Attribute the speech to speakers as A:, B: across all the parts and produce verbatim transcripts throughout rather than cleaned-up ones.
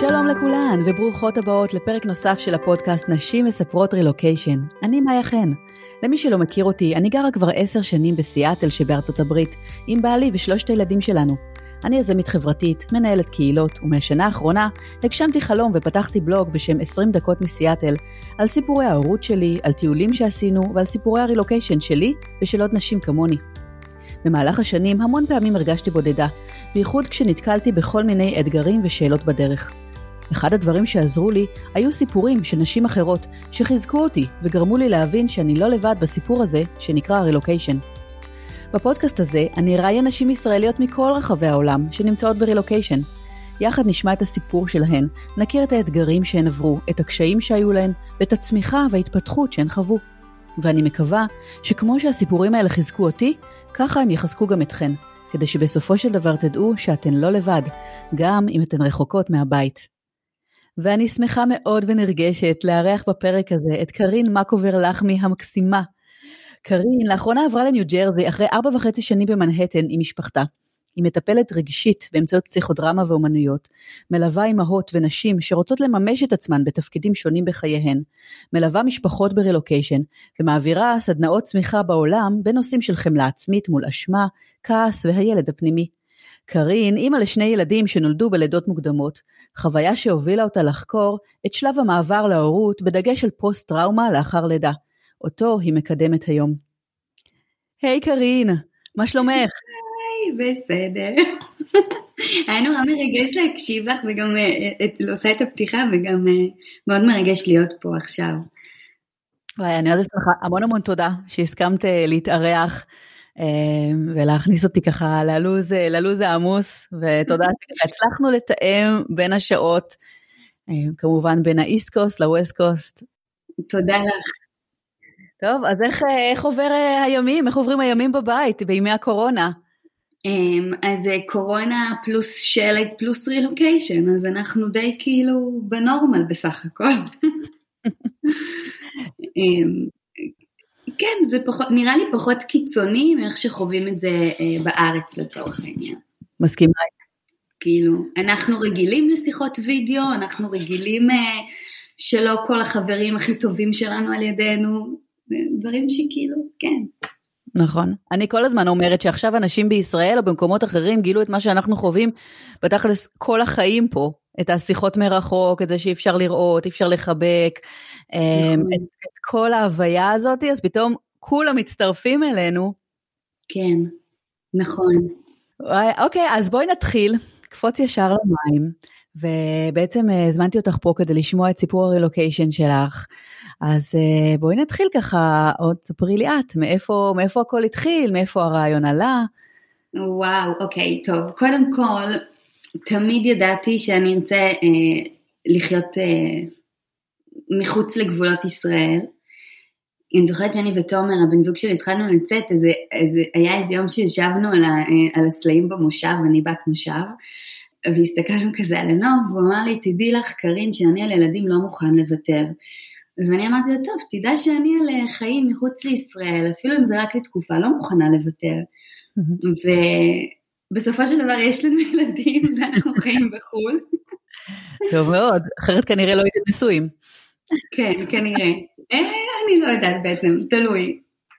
A: שלום לכולן וברוכות הבאות לפרק נוסף של הפודקאסט נשים מספרות רילוקיישן. אני מאיה חן. למי שלא מכיר אותי, אני גרה כבר עשר שנים בסיאטל שבארצות הברית, עם בעלי ושלושת הילדים שלנו. אני יזמית חברתית, מנהלת קהילות, ומהשנה האחרונה הגשמתי חלום ופתחתי בלוג בשם עשרים דקות מסיאטל, על סיפורי ההורות שלי, על טיולים שעשינו ועל סיפורי הרילוקיישן שלי ושל עוד נשים כמוני. במהלך השנים המון פעמים הרגשתי בודדה, בייחוד כשנתקלתי בכל מיני אתגרים ושאלות בדרך. אחד הדברים שעזרו לי היו סיפורים של נשים אחרות שחיזקו אותי וגרמו לי להבין שאני לא לבד בסיפור הזה שנקרא הרילוקיישן. בפודקאסט הזה אני אראיין נשים ישראליות מכל רחבי העולם שנמצאות ברילוקיישן. יחד נשמע את הסיפור שלהן, נכיר את האתגרים שהן עברו, את הקשיים שהיו להן ואת הצמיחה וההתפתחות שהן חוו. ואני מקווה שכמו שהסיפורים האלה חיזקו אותי, ככה הם יחזקו גם אתכן, כדי שבסופו של דבר תדעו שאתן לא לבד, גם אם אתן רחוקות מהבית. ואני שמחה מאוד ונרגשת לארח בפרק הזה את קרין מקובר לחמי המקסימה. קרין לאחרונה עברה לניו ג'רזי אחרי ארבע וחצי שנים במנהטן עם משפחתה. היא מטפלת רגשית באמצעות פסיכודרמה ואומנויות, מלווה אימהות ונשים שרוצות לממש את עצמן בתפקידים שונים בחייהן, מלווה משפחות ברילוקיישן, ומעבירה סדנאות צמיחה בעולם בנושאים של חמלה עצמית מול אשמה, כעס והילד הפנימי. קרין, אימא לשני ילדים שנולדו בלידות מוקדמות, חוויה שהובילה אותה לחקור את שלב המעבר להורות בדגש של פוסט טראומה לאחר לידה. אותו היא מקדמת היום. היי קרין, מה שלומך?
B: היי, בסדר. היה נורא מרגש להקשיב לך וגם עושה את הפתיחה וגם מאוד מרגש להיות פה עכשיו.
A: וואי, אני עושה לך המון המון תודה שהסכמת להתארח ולהכניס אותי ככה ללוז, ללוז העמוס, ותודה שהצלחנו לתאם בין השעות, כמובן בין האיסט קוסט לווסט קוסט.
B: תודה לך.
A: טוב, אז איך, איך עובר הימים? איך עוברים הימים בבית בימי הקורונה?
B: אז קורונה פלוס שלג פלוס רילוקיישן, אז אנחנו די כאילו בנורמל בסך הכל. כן, זה פחות, נראה לי פחות קיצוני מאיך שחווים את זה בארץ לצורך העניין.
A: מסכימה.
B: כאילו, אנחנו רגילים לשיחות וידאו, אנחנו רגילים שלא כל החברים הכי טובים שלנו על ידינו, דברים שכאילו, כן.
A: נכון. אני כל הזמן אומרת שעכשיו אנשים בישראל או במקומות אחרים גילו את מה שאנחנו חווים, בתכלס כל החיים פה, את השיחות מרחוק, את זה שאי אפשר לראות, אי אפשר לחבק, נכון. את, את כל ההוויה הזאת, אז פתאום כולם מצטרפים אלינו.
B: כן, נכון.
A: אוקיי, אז בואי נתחיל, קפוץ ישר למים, ובעצם הזמנתי אותך פה כדי לשמוע את סיפור הרילוקיישן שלך, אז בואי נתחיל ככה, עוד ספרי לי את, מאיפה, מאיפה הכל התחיל, מאיפה הרעיון עלה?
B: וואו, אוקיי, טוב. קודם כל, תמיד ידעתי שאני ארצה אה, לחיות אה, מחוץ לגבולות ישראל. אני זוכרת שאני ותומר, הבן זוג שלי, התחלנו לצאת, איזה, איזה, היה איזה יום שישבנו על, ה, על הסלעים במושב, אני בת מושב, והסתכלנו כזה על הנוף, והוא אמר לי, תדעי לך קרין, שאני על ילדים לא מוכן לוותר. ואני אמרתי לו, טוב, תדע שאני על חיים מחוץ לישראל, אפילו אם זה רק לתקופה, לא מוכנה לוותר. ובסופו של דבר יש לנו ילדים, ואנחנו חיים בחול.
A: טוב מאוד, אחרת כנראה לא הייתם נשואים.
B: כן, כנראה. אני לא יודעת בעצם, תלוי.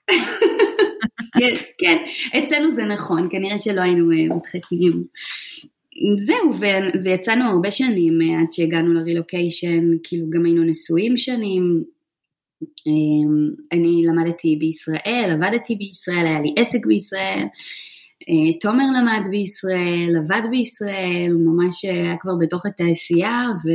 B: כן, אצלנו זה נכון, כנראה שלא היינו מתחתנים. זהו, ויצאנו הרבה שנים עד שהגענו לרילוקיישן, כאילו גם היינו נשואים שנים, אני למדתי בישראל, עבדתי בישראל, היה לי עסק בישראל, תומר למד בישראל, עבד בישראל, הוא ממש היה כבר בתוך התעשייה, ו...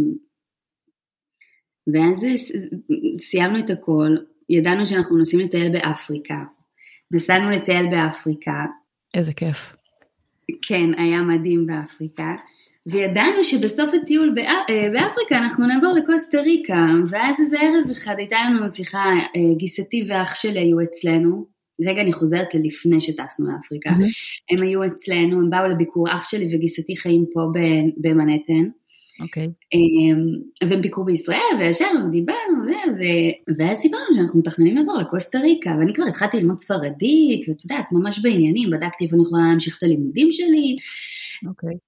B: ואז סיימנו את הכל, ידענו שאנחנו נוסעים לטייל באפריקה, נסענו לטייל באפריקה.
A: איזה כיף.
B: כן, היה מדהים באפריקה, וידענו שבסוף הטיול באפריקה אנחנו נעבור לקוסטה ריקה, ואז איזה ערב אחד הייתה לנו שיחה, גיסתי ואח שלי היו אצלנו, רגע אני חוזרת ללפני שטסנו לאפריקה, mm-hmm. הם היו אצלנו, הם באו לביקור, אח שלי וגיסתי חיים פה במנהטן,
A: אוקיי.
B: והם ביקרו בישראל, וישבנו ודיברנו, ואז סיפרנו שאנחנו מתכננים לעבור לקוסטה ריקה, ואני כבר התחלתי ללמוד ספרדית, ואת יודעת, ממש בעניינים, בדקתי איפה אני יכולה להמשיך את הלימודים שלי,
A: אוקיי.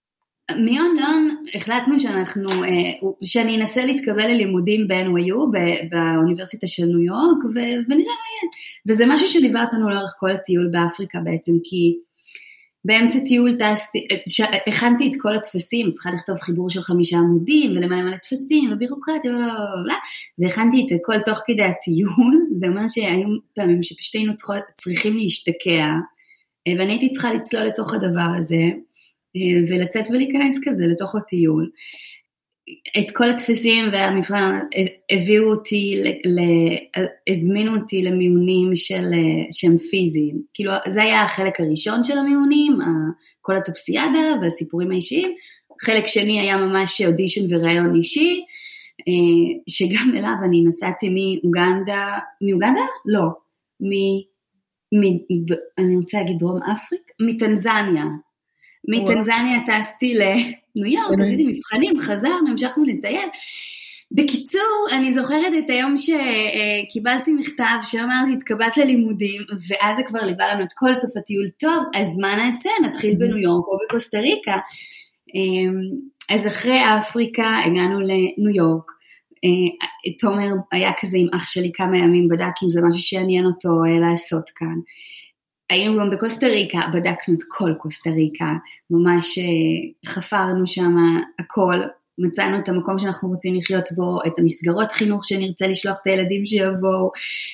B: מיון לאון החלטנו שאנחנו, שאני אנסה להתקבל ללימודים ב-אן וואי יו, באוניברסיטה של ניו יורק, ונראה מה יהיה. וזה משהו שליווה אותנו לאורך כל הטיול באפריקה בעצם, כי באמצע טיול טסתי, הכנתי את כל התפסים, צריכה לכתוב חיבור של חמישה עמודים, ולמלא מלא תפסים, ובירוקרטיה, והכנתי את כל תוך כדי הטיול, זה אומר שהיו פעמים שפשוט היינו צריכים להשתקע, ואני הייתי צריכה לצלול לתוך הדבר הזה, ולצאת ולהיכנס כזה לתוך הטיול. את כל התפסים והמבחן הביאו אותי, הזמינו אותי למיונים של, שהם פיזיים. כאילו זה היה החלק הראשון של המיונים, כל התפסיאדה והסיפורים האישיים. חלק שני היה ממש אודישן ורעיון אישי, שגם אליו אני נסעתי מאוגנדה, מאוגנדה? לא, מ, מ, אני רוצה להגיד דרום אפריקה, מטנזניה. מטנזניה טסתי לניו יורק, עשיתי מבחנים, חזרנו, המשכנו לטייל. בקיצור, אני זוכרת את היום שקיבלתי מכתב שאמרתי, התקבלת ללימודים, ואז זה כבר ליווה לנו את כל סוף הטיול טוב, אז מה נעשה? נתחיל בניו יורק או בקוסטה ריקה. אז אחרי אפריקה הגענו לניו יורק, תומר היה כזה עם אח שלי כמה ימים, בדק אם זה משהו שעניין אותו לעשות כאן. היינו גם בקוסטה ריקה, בדקנו את כל קוסטה ריקה, ממש חפרנו שם הכל, מצאנו את המקום שאנחנו רוצים לחיות בו, את המסגרות חינוך שנרצה לשלוח את הילדים שיבואו,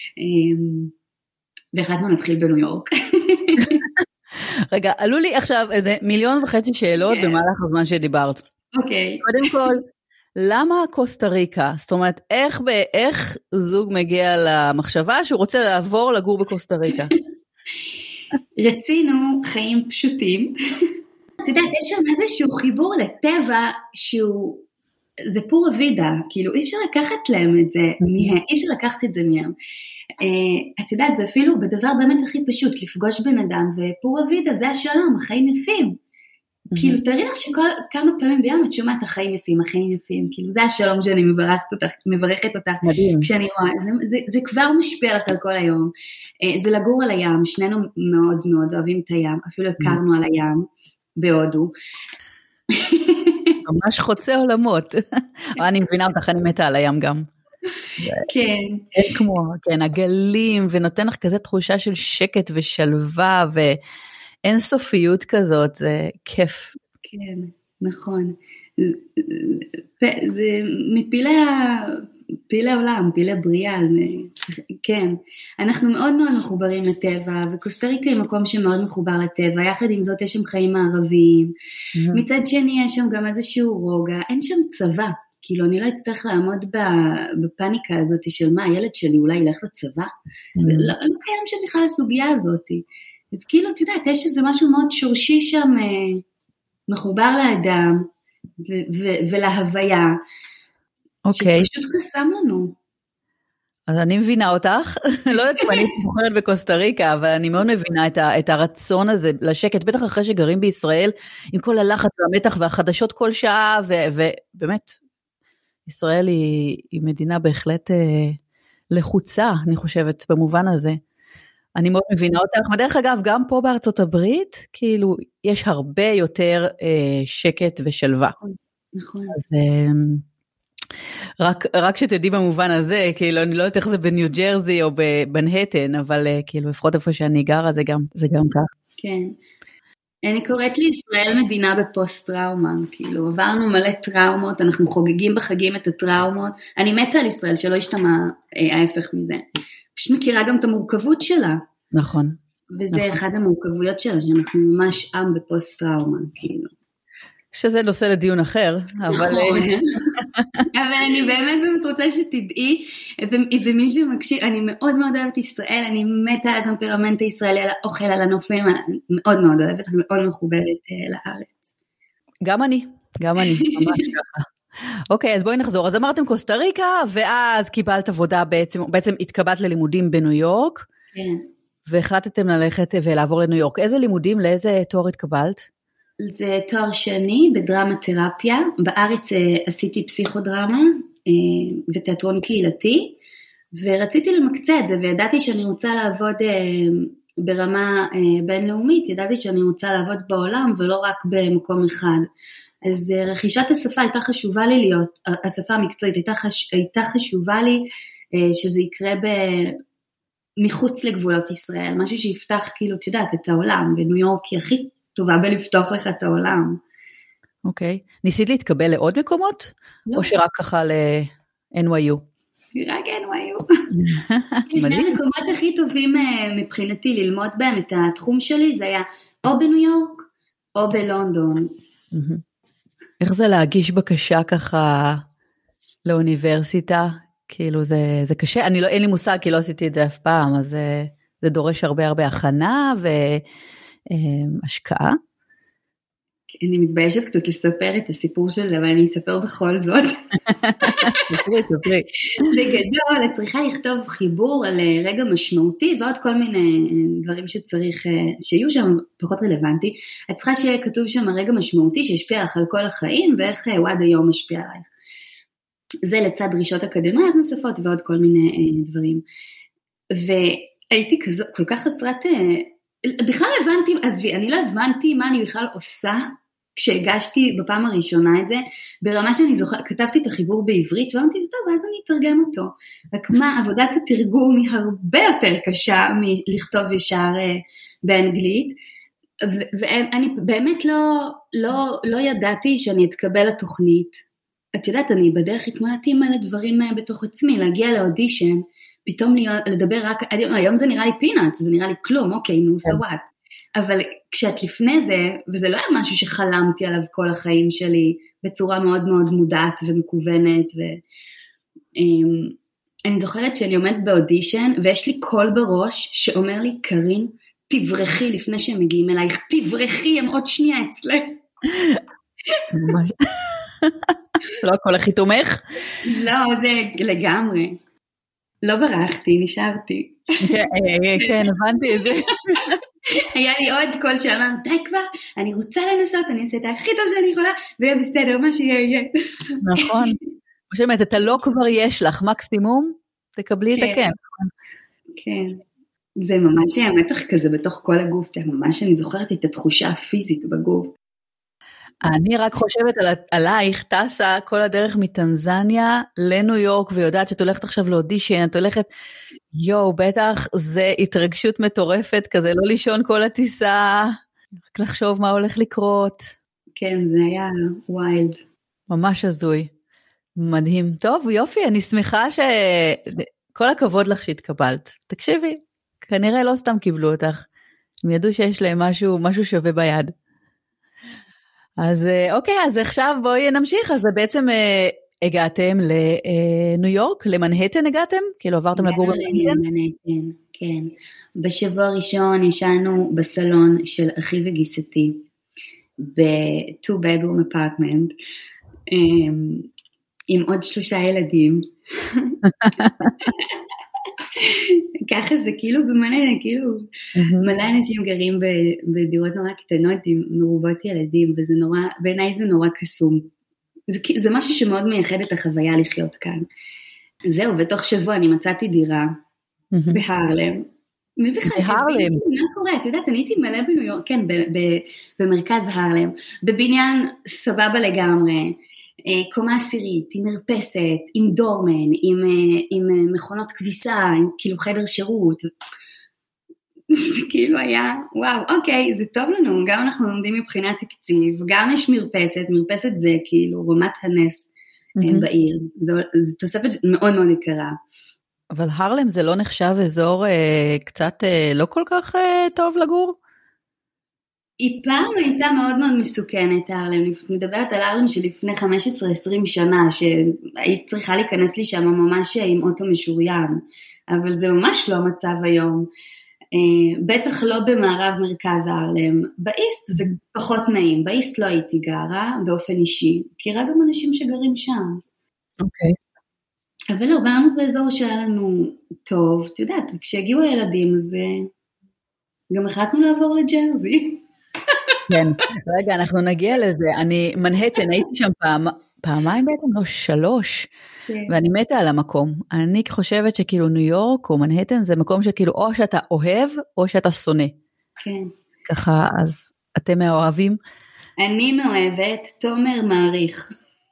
B: והחלטנו להתחיל בניו יורק.
A: רגע, עלו לי עכשיו איזה מיליון וחצי שאלות במהלך הזמן שדיברת.
B: אוקיי.
A: קודם כל, למה קוסטה ריקה? זאת אומרת, איך, איך זוג מגיע למחשבה שהוא רוצה לעבור לגור בקוסטה ריקה?
B: רצינו חיים פשוטים, את יודעת, יש שם איזשהו חיבור לטבע שהוא, זה פורה וידה, כאילו אי אפשר לקחת להם את זה מהם, אי אפשר לקחת את זה מהם, את יודעת, זה אפילו בדבר באמת הכי פשוט, לפגוש בן אדם, ופורה וידה זה השלום, החיים יפים, כאילו תראי לך שכמה פעמים ביום את שומעת החיים יפים, החיים יפים, כאילו זה השלום שאני מברכת אותך, מברכת אותך, כשאני רואה, זה, זה, זה כבר משפיע לך על כל היום, זה לגור על הים, שנינו מאוד מאוד אוהבים את הים, אפילו הכרנו על הים בהודו.
A: ממש חוצה עולמות, אני מבינה אותך, אני מתה על הים גם.
B: כן.
A: כמו, כן, הגלים, ונותן לך כזה תחושה של שקט ושלווה, ו... אין סופיות כזאת, זה כיף.
B: כן, נכון. זה מפילי פילי העולם, פילי בריאה, כן. אנחנו מאוד מאוד מחוברים לטבע, וקוסטה ריקה היא מקום שמאוד מחובר לטבע, יחד עם זאת יש שם חיים מערביים, מצד שני יש שם גם איזשהו רוגע, אין שם צבא, כאילו אני לא אצטרך לעמוד בפאניקה הזאת של מה, הילד שלי אולי ילך לצבא, לא קיים שם בכלל הסוגיה הזאת. אז כאילו, את יודעת, יש איזה משהו מאוד שורשי שם, אה, מחובר לאדם, ו- ו- ולהוויה,
A: אוקיי.
B: שפשוט קסם לנו.
A: אז אני מבינה אותך, לא יודעת אם אני בוחרת בקוסטה ריקה, אבל אני מאוד מבינה את, ה- את הרצון הזה לשקט, בטח אחרי שגרים בישראל, עם כל הלחץ והמתח והחדשות כל שעה, ו- ובאמת, ישראל היא, היא מדינה בהחלט אה, לחוצה, אני חושבת, במובן הזה. אני מאוד מבינה אותך, ודרך אגב, גם פה בארצות הברית, כאילו, יש הרבה יותר אה, שקט ושלווה.
B: נכון.
A: אז אה, רק, רק שתדעי במובן הזה, כאילו, אני לא יודעת איך זה בניו ג'רזי או בבנהטן, אבל אה, כאילו, לפחות איפה שאני גרה, זה גם, זה גם כך.
B: כן. אני קוראת לישראל מדינה בפוסט טראומה, כאילו, עברנו מלא טראומות, אנחנו חוגגים בחגים את הטראומות, אני מתה על ישראל שלא ישתמע אה, ההפך מזה. פשוט מכירה גם את המורכבות שלה.
A: נכון.
B: וזה נכון. אחד המורכבויות שלה, שאנחנו ממש עם בפוסט טראומה, כאילו.
A: שזה נושא לדיון אחר, אבל...
B: נכון. אבל אני באמת באמת רוצה שתדעי, ומי שמקשיב, אני מאוד מאוד אוהבת ישראל, אני מתה על הטמפרמנט הישראלי, על האוכל, על הנופים, מאוד מאוד אוהבת, ומאוד מחוברת לארץ.
A: גם אני, גם אני, ממש ככה. אוקיי, אז בואי נחזור. אז אמרתם קוסטה ריקה, ואז קיבלת עבודה בעצם, בעצם התקבלת ללימודים בניו יורק,
B: כן.
A: והחלטתם ללכת ולעבור לניו יורק. איזה לימודים, לאיזה תואר התקבלת?
B: זה תואר שני בדרמה תרפיה, בארץ עשיתי פסיכודרמה ותיאטרון קהילתי, ורציתי למקצע את זה, וידעתי שאני רוצה לעבוד ברמה בינלאומית, ידעתי שאני רוצה לעבוד בעולם ולא רק במקום אחד. אז רכישת השפה הייתה חשובה לי להיות, השפה המקצועית הייתה, חש, הייתה חשובה לי שזה יקרה ב, מחוץ לגבולות ישראל, משהו שיפתח כאילו, את יודעת, את העולם, וניו יורק היא הכי טובה בלפתוח לך את העולם.
A: אוקיי, ניסית להתקבל לעוד מקומות? לא. או שרק ככה ל-אן וואי יו?
B: רק אן וואי יו. שני המקומות הכי טובים מבחינתי ללמוד בהם את התחום שלי, זה היה או בניו יורק או בלונדון.
A: איך זה להגיש בקשה ככה לאוניברסיטה? כאילו זה, זה קשה, אני לא, אין לי מושג כי לא עשיתי את זה אף פעם, אז זה, זה דורש הרבה הרבה הכנה והשקעה.
B: אני מתביישת קצת לספר את הסיפור של זה, אבל אני אספר בכל זאת.
A: ספרי, ספרי.
B: בגדול, את צריכה לכתוב חיבור על רגע משמעותי, ועוד כל מיני דברים שצריך, שיהיו שם פחות רלוונטי. את צריכה שיהיה כתוב שם רגע משמעותי, שישפיע לך על כל החיים, ואיך הוא עד היום משפיע עלייך. זה לצד דרישות אקדמיות נוספות, ועוד כל מיני דברים. והייתי כזו, כל כך חסרת, בכלל הבנתי, עזבי, אני לא הבנתי מה אני בכלל עושה, כשהגשתי בפעם הראשונה את זה, ברמה שאני זוכרת, כתבתי את החיבור בעברית, ואמרתי, טוב, אז אני אתרגם אותו. רק מה, עבודת התרגום היא הרבה יותר קשה מלכתוב ישר באנגלית, ואני באמת לא, לא, לא ידעתי שאני אתקבל לתוכנית. את יודעת, אני בדרך התמודדתי מלא דברים בתוך עצמי, להגיע לאודישן, פתאום לדבר רק, היום זה נראה לי פינאץ, זה נראה לי כלום, אוקיי, נו, so what. אבל כשאת לפני זה, וזה לא היה משהו שחלמתי עליו כל החיים שלי, בצורה מאוד מאוד מודעת ומקוונת, ואני זוכרת שאני עומדת באודישן, ויש לי קול בראש שאומר לי, קרין, תברכי לפני שהם מגיעים אלייך, תברכי, הם עוד שנייה אצלך.
A: לא הכל הכי תומך?
B: לא, זה לגמרי. לא ברחתי, נשארתי.
A: כן, הבנתי את זה.
B: היה לי עוד קול שאמר, די כבר, אני רוצה לנסות, אני אעשה את הכי טוב שאני יכולה, ויהיה בסדר, מה שיהיה יהיה.
A: נכון. באמת, את הלא כבר יש לך, מקסימום, תקבלי את הכן.
B: כן. זה ממש היה מתח כזה בתוך כל הגוף, ממש אני זוכרת את התחושה הפיזית בגוף.
A: אני רק חושבת על, עלייך, טסה כל הדרך מטנזניה לניו יורק, ויודעת שאת הולכת עכשיו לאודישן, את הולכת, יו, בטח זה התרגשות מטורפת, כזה לא לישון כל הטיסה, רק לחשוב מה הולך לקרות.
B: כן, זה היה ווילד.
A: ממש הזוי. מדהים. טוב, יופי, אני שמחה ש... כל הכבוד לך שהתקבלת. תקשיבי, כנראה לא סתם קיבלו אותך. הם ידעו שיש להם משהו, משהו שווה ביד. אז אוקיי, אז עכשיו בואי נמשיך, אז בעצם הגעתם לניו יורק, למנהטן הגעתם? כאילו עברתם לגור
B: במנהטן? כן. בשבוע הראשון ישנו בסלון של אחי וגיסתי, ב-two bedroom apartment, עם עוד שלושה ילדים. ככה זה כאילו במלא, כאילו מלא אנשים גרים בדירות נורא קטנות עם מרובות ילדים, וזה נורא, בעיניי זה נורא קסום. זה, זה משהו שמאוד מייחד את החוויה לחיות כאן. זהו, בתוך שבוע אני מצאתי דירה בהרלם.
A: בהרלם?
B: מה קורה? את יודעת, אני הייתי מלא בניו יורק, כן, במרכז הרלם, בבניין סבבה לגמרי, קומה עשירית, עם מרפסת, עם דורמן, עם, עם מכונות כביסה, עם כאילו חדר שירות. זה כאילו היה, וואו, אוקיי, זה טוב לנו, גם אנחנו לומדים מבחינת תקציב, גם יש מרפסת, מרפסת זה כאילו רמת הנס mm-hmm. בעיר, זו, זו תוספת מאוד מאוד יקרה.
A: אבל הרלם זה לא נחשב אזור אה, קצת אה, לא כל כך אה, טוב לגור?
B: היא פעם הייתה מאוד מאוד מסוכנת, הרלם, אני מדברת על הרלם שלפני חמש עשרה עשרים שנה, שהיית צריכה להיכנס לי שם ממש עם אוטו משוריין, אבל זה ממש לא מצב היום, בטח לא במערב מרכז הרלם, באיסט זה פחות נעים, באיסט לא הייתי גרה באופן אישי, כי רק גם אנשים שגרים שם.
A: אוקיי.
B: אבל לא, גרנו באזור שהיה לנו טוב, את יודעת, כשהגיעו הילדים, אז גם החלטנו לעבור לג'רזי.
A: כן, רגע, אנחנו נגיע לזה, אני, מנהטן, הייתי שם פעם, פעמיים בעצם, לא שלוש, ואני מתה על המקום. אני חושבת שכאילו ניו יורק או מנהטן זה מקום שכאילו או שאתה אוהב או שאתה שונא.
B: כן.
A: ככה, אז אתם מהאוהבים?
B: אני מאוהבת, תומר מעריך.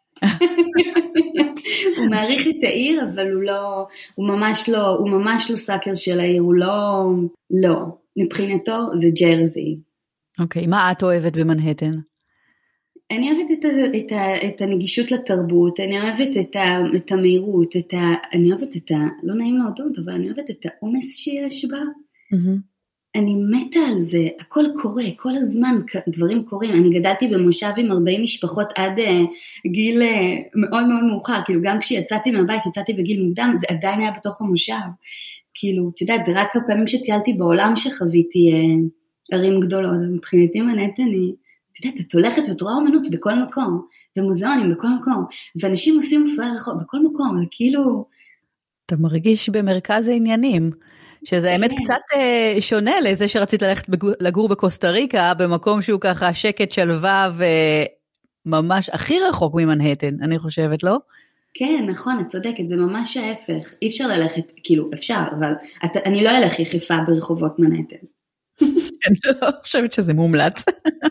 B: הוא מעריך את העיר, אבל הוא לא, הוא ממש לא, הוא ממש לא סאקר של העיר, הוא לא, לא. מבחינתו זה ג'רזי.
A: אוקיי, מה את אוהבת במנהטן?
B: אני אוהבת את, ה, את, ה, את הנגישות לתרבות, אני אוהבת את, ה, את המהירות, את ה, אני אוהבת את ה, לא נעים להודות, אבל אני אוהבת את העומס שיש בה. Mm-hmm. אני מתה על זה, הכל קורה, כל הזמן דברים קורים. אני גדלתי במושב עם ארבעים משפחות עד uh, גיל uh, מאוד מאוד מאוחר, כאילו גם כשיצאתי מהבית, יצאתי בגיל מוקדם, זה עדיין היה בתוך המושב. כאילו, את יודעת, זה רק הפעמים שטיילתי בעולם שחוויתי uh, ערים גדולות, ומבחינתי מנהטן היא, את יודעת, את הולכת ואת רואה אומנות בכל מקום, ומוזיאונים בכל מקום, ואנשים עושים מופעי רחוב בכל מקום, וכאילו...
A: אתה מרגיש במרכז העניינים, שזה האמת קצת שונה לזה שרצית ללכת לגור בקוסטה ריקה, במקום שהוא ככה שקט, שלווה, וממש הכי רחוק ממנהטן, אני חושבת, לא?
B: כן, נכון, את צודקת, זה ממש ההפך. אי אפשר ללכת, כאילו, אפשר, אבל אני לא אלך יחפה ברחובות מנהטן.
A: אני לא חושבת שזה מומלץ.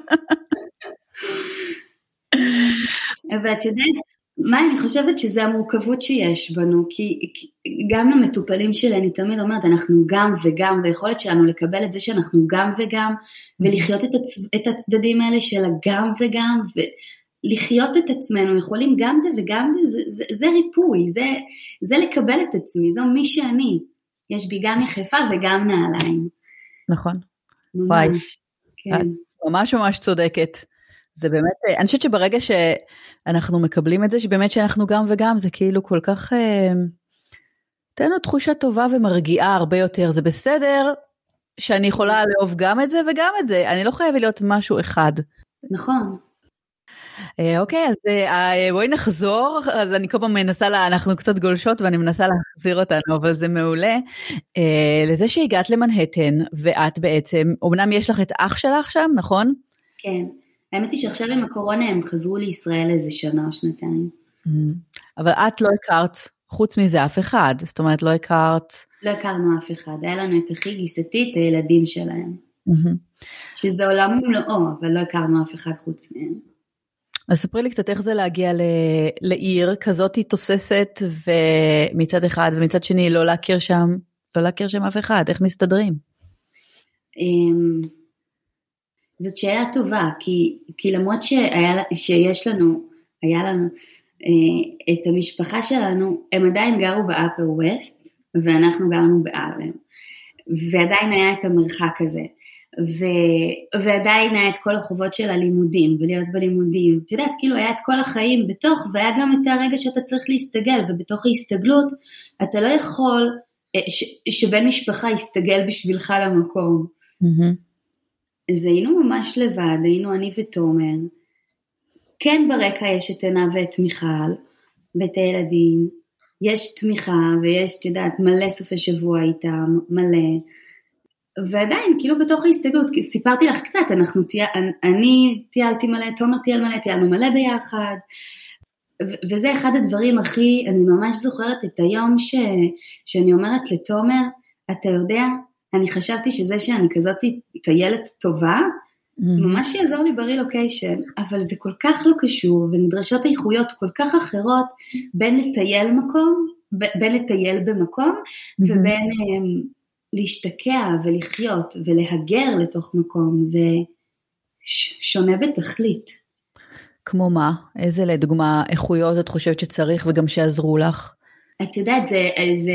B: אבל את יודעת, מה אני חושבת שזה המורכבות שיש בנו, כי גם למטופלים שלי אני תמיד אומרת, אנחנו גם וגם, ויכולת שלנו לקבל את זה שאנחנו גם וגם, ולחיות את, הצ... את הצדדים האלה של הגם וגם, ולחיות את עצמנו, יכולים גם זה וגם זה, זה, זה, זה ריפוי, זה, זה לקבל את עצמי, זו מי שאני, יש בי גם יחפה וגם נעליים.
A: נכון.
B: ממש,
A: וואי,
B: כן.
A: ממש ממש צודקת. זה באמת, אני חושבת שברגע שאנחנו מקבלים את זה, שבאמת שאנחנו גם וגם, זה כאילו כל כך, תן לו תחושה טובה ומרגיעה הרבה יותר, זה בסדר שאני יכולה לאהוב גם את זה וגם את זה, אני לא חייבת להיות משהו אחד.
B: נכון.
A: אוקיי, אז בואי נחזור, אז אני כל פעם מנסה, לה, אנחנו קצת גולשות ואני מנסה להחזיר אותנו, אבל זה מעולה, לזה שהגעת למנהטן, ואת בעצם, אמנם יש לך את אח שלך שם, נכון?
B: כן. האמת היא שעכשיו עם הקורונה הם חזרו לישראל איזה שנה או שנתיים.
A: אבל את לא הכרת, חוץ מזה אף אחד, זאת אומרת לא הכרת...
B: לא הכרנו אף אחד, היה לנו את הכי גיסתי, את הילדים שלהם. שזה עולם ומלואו, אבל לא הכרנו אף אחד חוץ מהם.
A: אז ספרי לי קצת איך זה להגיע לעיר כזאת תוססת, ומצד אחד ומצד שני לא להכיר שם, לא להכיר שם אף אחד, איך מסתדרים?
B: זאת שאלה טובה, כי, כי למרות שהיה, שיש לנו, היה לנו אה, את המשפחה שלנו, הם עדיין גרו באפר ווסט, ואנחנו גרנו בארלם, ועדיין היה את המרחק הזה, ו, ועדיין היה את כל החובות של הלימודים, ולהיות בלימודים, את יודעת, כאילו היה את כל החיים בתוך, והיה גם את הרגע שאתה צריך להסתגל, ובתוך ההסתגלות, אתה לא יכול, ש, שבן משפחה יסתגל בשבילך למקום, mm-hmm. אז היינו ממש לבד, היינו אני ותומר, כן ברקע יש את עינה ואת מיכל, ואת הילדים, יש תמיכה ויש, את יודעת, מלא סופי שבוע איתם, מלא, ועדיין, כאילו בתוך ההסתגלות, סיפרתי לך קצת, אנחנו, אני טיילתי מלא, תומר טייל מלא, טיילנו מלא ביחד, ו- וזה אחד הדברים הכי, אני ממש זוכרת את היום ש, שאני אומרת לתומר, אתה יודע, אני חשבתי שזה שאני כזאת טיילת טובה, mm-hmm. ממש יעזור לי ברילוקיישן, אבל זה כל כך לא קשור, ונדרשות איכויות כל כך אחרות, בין לטייל מקום, ב- בין לטייל במקום, mm-hmm. ובין um, להשתקע ולחיות ולהגר לתוך מקום, זה ש- שונה בתכלית. כמו מה? איזה לדוגמה איכויות את חושבת שצריך וגם שעזרו לך? את יודעת, זה... זה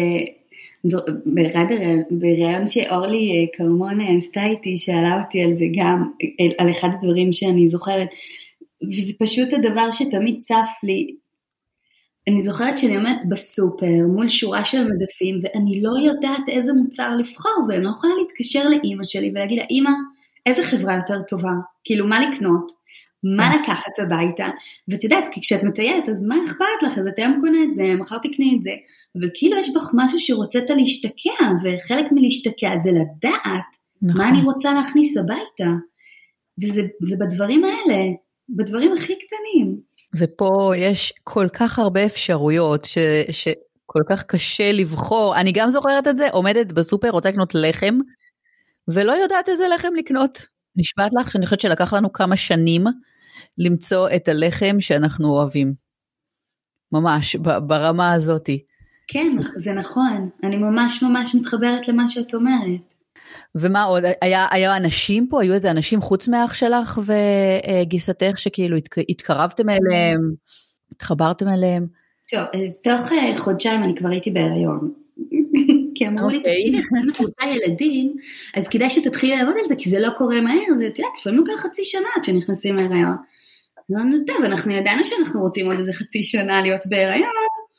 B: ברעיון שאורלי קרמון עשתה איתי, שאלה אותי על זה גם, על אחד הדברים שאני זוכרת, וזה פשוט הדבר שתמיד צף לי, אני זוכרת שאני עומדת בסופר, מול שורה של מדפים, ואני לא יודעת איזה מוצר לבחור, ואני לא יכולה להתקשר לאמא שלי, ולהגיד לה, אמא, איזה חברה יותר טובה, כאילו מה לקנות, מה לקחת הביתה, ואת יודעת, כי כשאת מטיילת, אז מה אכפת לך, אז את היום קונה את זה, מחר תקני את זה, אבל כאילו יש בך משהו שרוצת להשתקע, וחלק מלהשתקע זה לדעת, נכון. מה אני רוצה להכניס הביתה, וזה זה בדברים האלה, בדברים הכי קטנים.
A: ופה יש כל כך הרבה אפשרויות, ש, שכל כך קשה לבחור, אני גם זוכרת את זה, עומדת בסופר, רוצה לקנות לחם, ולא יודעת איזה לחם לקנות. נשמעת לך שאני חושבת שלקח לנו כמה שנים, למצוא את הלחם שאנחנו אוהבים. ממש, ברמה הזאת.
B: כן, זה נכון. אני ממש ממש מתחברת למה שאת אומרת.
A: ומה עוד? היה, היה אנשים פה? היו איזה אנשים חוץ מאח שלך וגיסתך שכאילו התקרבתם אליהם? התחברתם אליהם?
B: טוב, אז תוך חודשיים אני כבר הייתי בהיריון. כי אמרו לי, תקשיבי, אם את רוצה ילדים, אז כדאי שתתחילי לעבוד על זה, כי זה לא קורה מהר, זה תראה, לפעמים לוקח חצי שנה עד שנכנסים להיריון. אמרנו, טוב, אנחנו ידענו שאנחנו רוצים עוד איזה חצי שנה להיות בהיריון,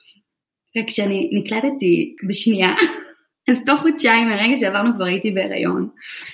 B: וכשאני נקלטתי בשנייה, אז תוך חודשיים מהרגע שעברנו כבר הייתי בהיריון,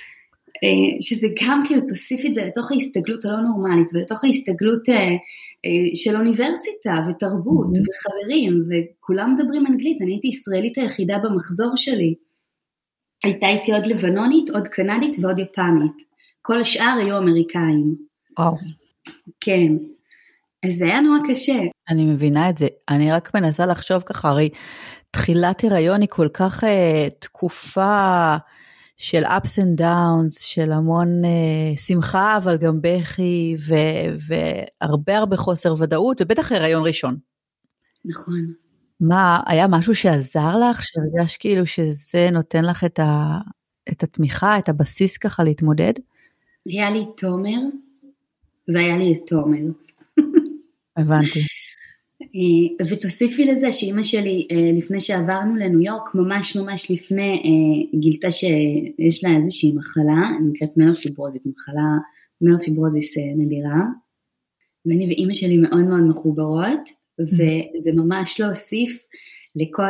B: שזה גם כאילו תוסיף את זה לתוך ההסתגלות הלא נורמלית, ולתוך ההסתגלות של אוניברסיטה ותרבות וחברים, וכולם מדברים אנגלית, אני הייתי ישראלית היחידה במחזור שלי, הייתה איתי עוד לבנונית, עוד קנדית ועוד יפנית, כל השאר היו אמריקאים.
A: וואו.
B: כן, אז זה היה נורא קשה.
A: אני מבינה את זה, אני רק מנסה לחשוב ככה, הרי תחילת הריון היא כל כך uh, תקופה של ups and downs, של המון uh, שמחה, אבל גם בכי, ו- והרבה הרבה חוסר ודאות, ובטח הריון ראשון.
B: נכון.
A: מה, היה משהו שעזר לך, שהרגש כאילו שזה נותן לך את, ה- את התמיכה, את הבסיס ככה להתמודד?
B: היה לי תומר, והיה לי את תומר.
A: הבנתי.
B: ותוסיפי לזה שאמא שלי, לפני שעברנו לניו יורק, ממש ממש לפני, גילתה שיש לה איזושהי מחלה, נקראת מלופיברוזית, מחלה, מלופיברוזיס נדירה, ואני ואמא שלי מאוד מאוד מחוברות, וזה ממש לא הוסיף לכל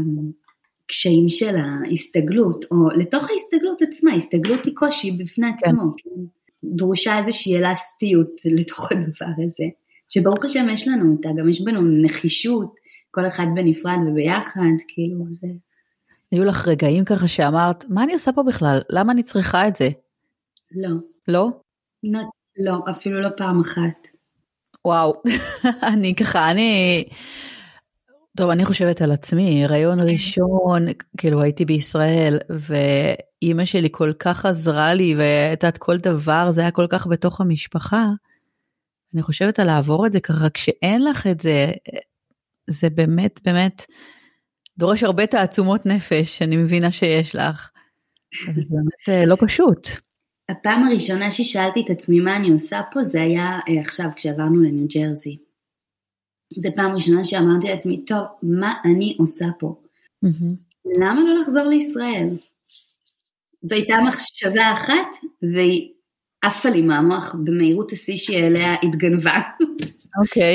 B: הקשיים של ההסתגלות, או לתוך ההסתגלות עצמה, הסתגלות היא קושי בפני עצמו, דרושה איזושהי אלסטיות לתוך הדבר הזה, שברוך השם יש לנו אותה, גם יש בנו נחישות, כל אחד בנפרד וביחד, כאילו זה.
A: היו לך רגעים ככה שאמרת, מה אני עושה פה בכלל? למה אני צריכה את זה?
B: לא.
A: לא?
B: לא, לא, אפילו לא פעם אחת.
A: וואו, אני ככה, אני... טוב, אני חושבת על עצמי, הריון ראשון, כאילו הייתי בישראל, ואימא שלי כל כך עזרה לי, ואת כל דבר, זה היה כל כך בתוך המשפחה, אני חושבת על לעבור את זה ככה, כשאין לך את זה, זה באמת, באמת, דורש הרבה תעצומות נפש, אני מבינה שיש לך, זה באמת לא פשוט.
B: הפעם הראשונה ששאלתי את עצמי מה אני עושה פה, זה היה עכשיו כשעברנו לניו ג'רזי. זה פעם ראשונה שאמרתי לעצמי, טוב, מה אני עושה פה? Mm-hmm. למה לא לחזור לישראל? זו הייתה מחשבה אחת, והיא עפה לי מהמוח במהירות השיא שאליה התגנבה.
A: אוקיי.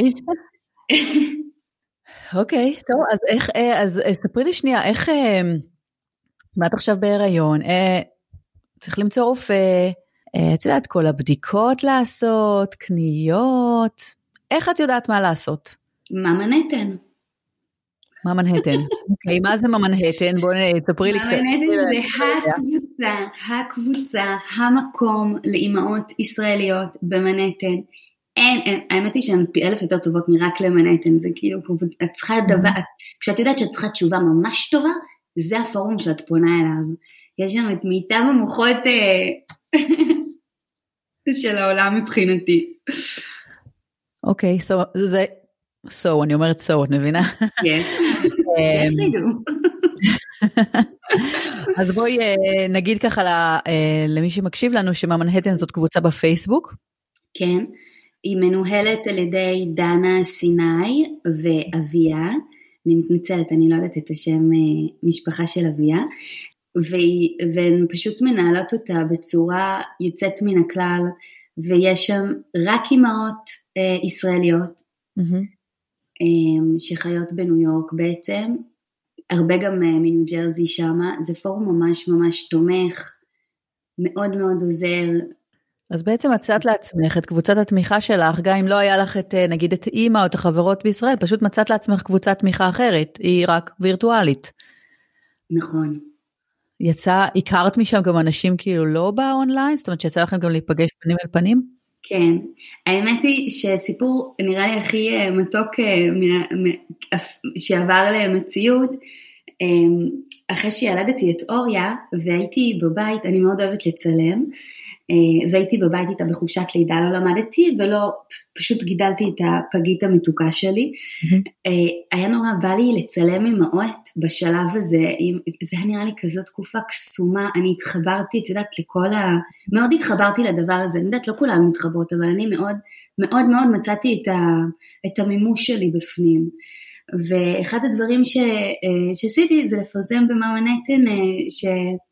A: אוקיי, טוב, אז איך, אז ספרי לי שנייה, איך, מה את עכשיו בהיריון? צריך למצוא רופא, את יודעת, כל הבדיקות לעשות, קניות, איך את יודעת מה לעשות?
B: מה מנהטן?
A: מה מנהטן? אוקיי, מה זה מה מנהטן? בואו תספרי לי קצת.
B: מה מנהטן זה הקבוצה, הקבוצה, המקום לאימהות ישראליות במנהטן. אין, אין, האמת היא שהן פי אלף יותר טובות מרק למנהטן, זה כאילו, את צריכה דבר, כשאת יודעת שאת צריכה תשובה ממש טובה, זה הפורום שאת פונה אליו. יש שם את מיטב המוחות של העולם מבחינתי.
A: אוקיי, so, זה, so, אני אומרת so, את מבינה?
B: כן, יסידו.
A: אז בואי נגיד ככה למי שמקשיב לנו, שמה מנהטן זאת קבוצה בפייסבוק.
B: כן, היא מנוהלת על ידי דנה סיני ואביה, אני מתנצלת, אני לא יודעת את השם משפחה של אביה, והן פשוט מנהלות אותה בצורה יוצאת מן הכלל, ויש שם רק אימהות אה, ישראליות, mm-hmm. אה, שחיות בניו יורק בעצם, הרבה גם אה, מניו ג'רזי שמה, זה פורום ממש ממש תומך, מאוד מאוד עוזר.
A: אז בעצם מצאת לעצמך את קבוצת התמיכה שלך, גם אם לא היה לך את, נגיד את אימא או את החברות בישראל, פשוט מצאת לעצמך קבוצת תמיכה אחרת, היא רק וירטואלית.
B: נכון.
A: יצא, הכרת משם גם אנשים כאילו לא באונליין, זאת אומרת שיצא לכם גם להיפגש פנים אל פנים?
B: כן, האמת היא שסיפור נראה לי הכי מתוק שעבר למציאות, אחרי שילדתי את אוריה והייתי בבית, אני מאוד אוהבת לצלם, והייתי בבית איתה בחופשת לידה, לא למדתי ולא, פשוט גידלתי את הפגית המתוקה שלי, היה נורא בא לי לצלם אמהות בשלב הזה, זה היה נראה לי כזאת תקופה קסומה, אני התחברתי, את יודעת, לכל ה... מאוד התחברתי לדבר הזה, אני יודעת, לא כולן מתחברות, אבל אני מאוד מאוד מאוד מצאתי את, ה... את המימוש שלי בפנים, ואחד הדברים ש... שעשיתי זה לפרסם במאמנטן, ש...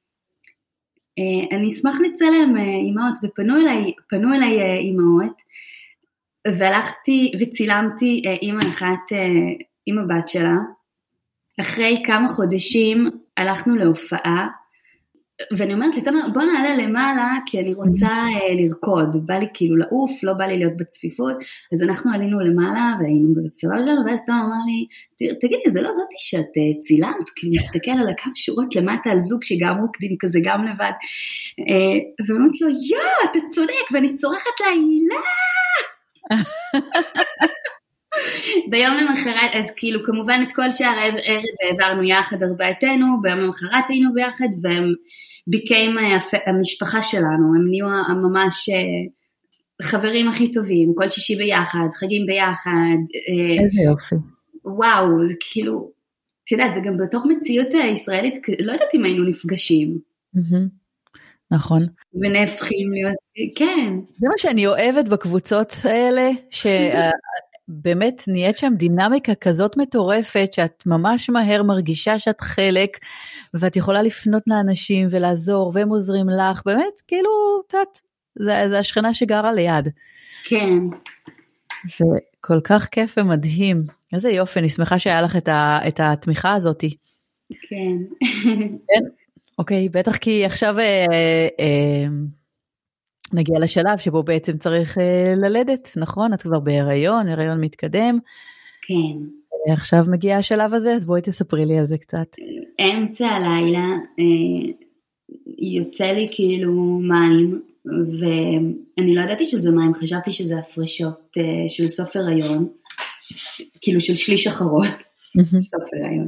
B: אני אשמח לצלם אימהות, ופנו אליי, פנו אליי אימהות, והלכתי וצילמתי אימא אחת עם הבת שלה, אחרי כמה חודשים הלכנו להופעה, ואני אומרת לי, תמר, בוא נעלה למעלה, כי אני רוצה לרקוד, בא לי כאילו לעוף, לא בא לי להיות בצפיפות, אז אנחנו עלינו למעלה, והיינו בסבב שלנו, ואז תום אמר לי, תגידי, זה לא זאתי שאת צילמת, כאילו מסתכל על הכמה שורות למטה, על זוג שגם רוקדים כזה, גם לבד, ואומרת לו, יו, אתה צודק, ואני צורכת לה הילה, ביום למחרת, אז כאילו כמובן את כל שער ערב העברנו יחד ארבעתנו, ביום למחרת היינו ביחד, והם ביקיים המשפחה שלנו, הם נהיו ממש חברים הכי טובים, כל שישי ביחד, חגים ביחד.
A: איזה יופי.
B: וואו, זה כאילו, את יודעת, זה גם בתוך מציאות הישראלית, לא יודעת אם היינו נפגשים.
A: נכון.
B: ונהפכים להיות, כן.
A: זה מה שאני אוהבת בקבוצות האלה, ש... באמת נהיית שם דינמיקה כזאת מטורפת, שאת ממש מהר מרגישה שאת חלק, ואת יכולה לפנות לאנשים ולעזור, והם עוזרים לך, באמת, כאילו, תת, זה, זה השכנה שגרה ליד.
B: כן.
A: זה כל כך כיף ומדהים. איזה יופי, אני שמחה שהיה לך את, ה, את התמיכה הזאת.
B: כן.
A: כן, אוקיי, בטח כי עכשיו... אה, אה, נגיע לשלב שבו בעצם צריך אה, ללדת, נכון? את כבר בהיריון, הריון מתקדם.
B: כן.
A: עכשיו מגיע השלב הזה, אז בואי תספרי לי על זה קצת.
B: אמצע הלילה אה, יוצא לי כאילו מים, ואני לא ידעתי שזה מים, חשבתי שזה הפרשות אה, של סוף הריון, כאילו של שליש אחרון, סוף הריון.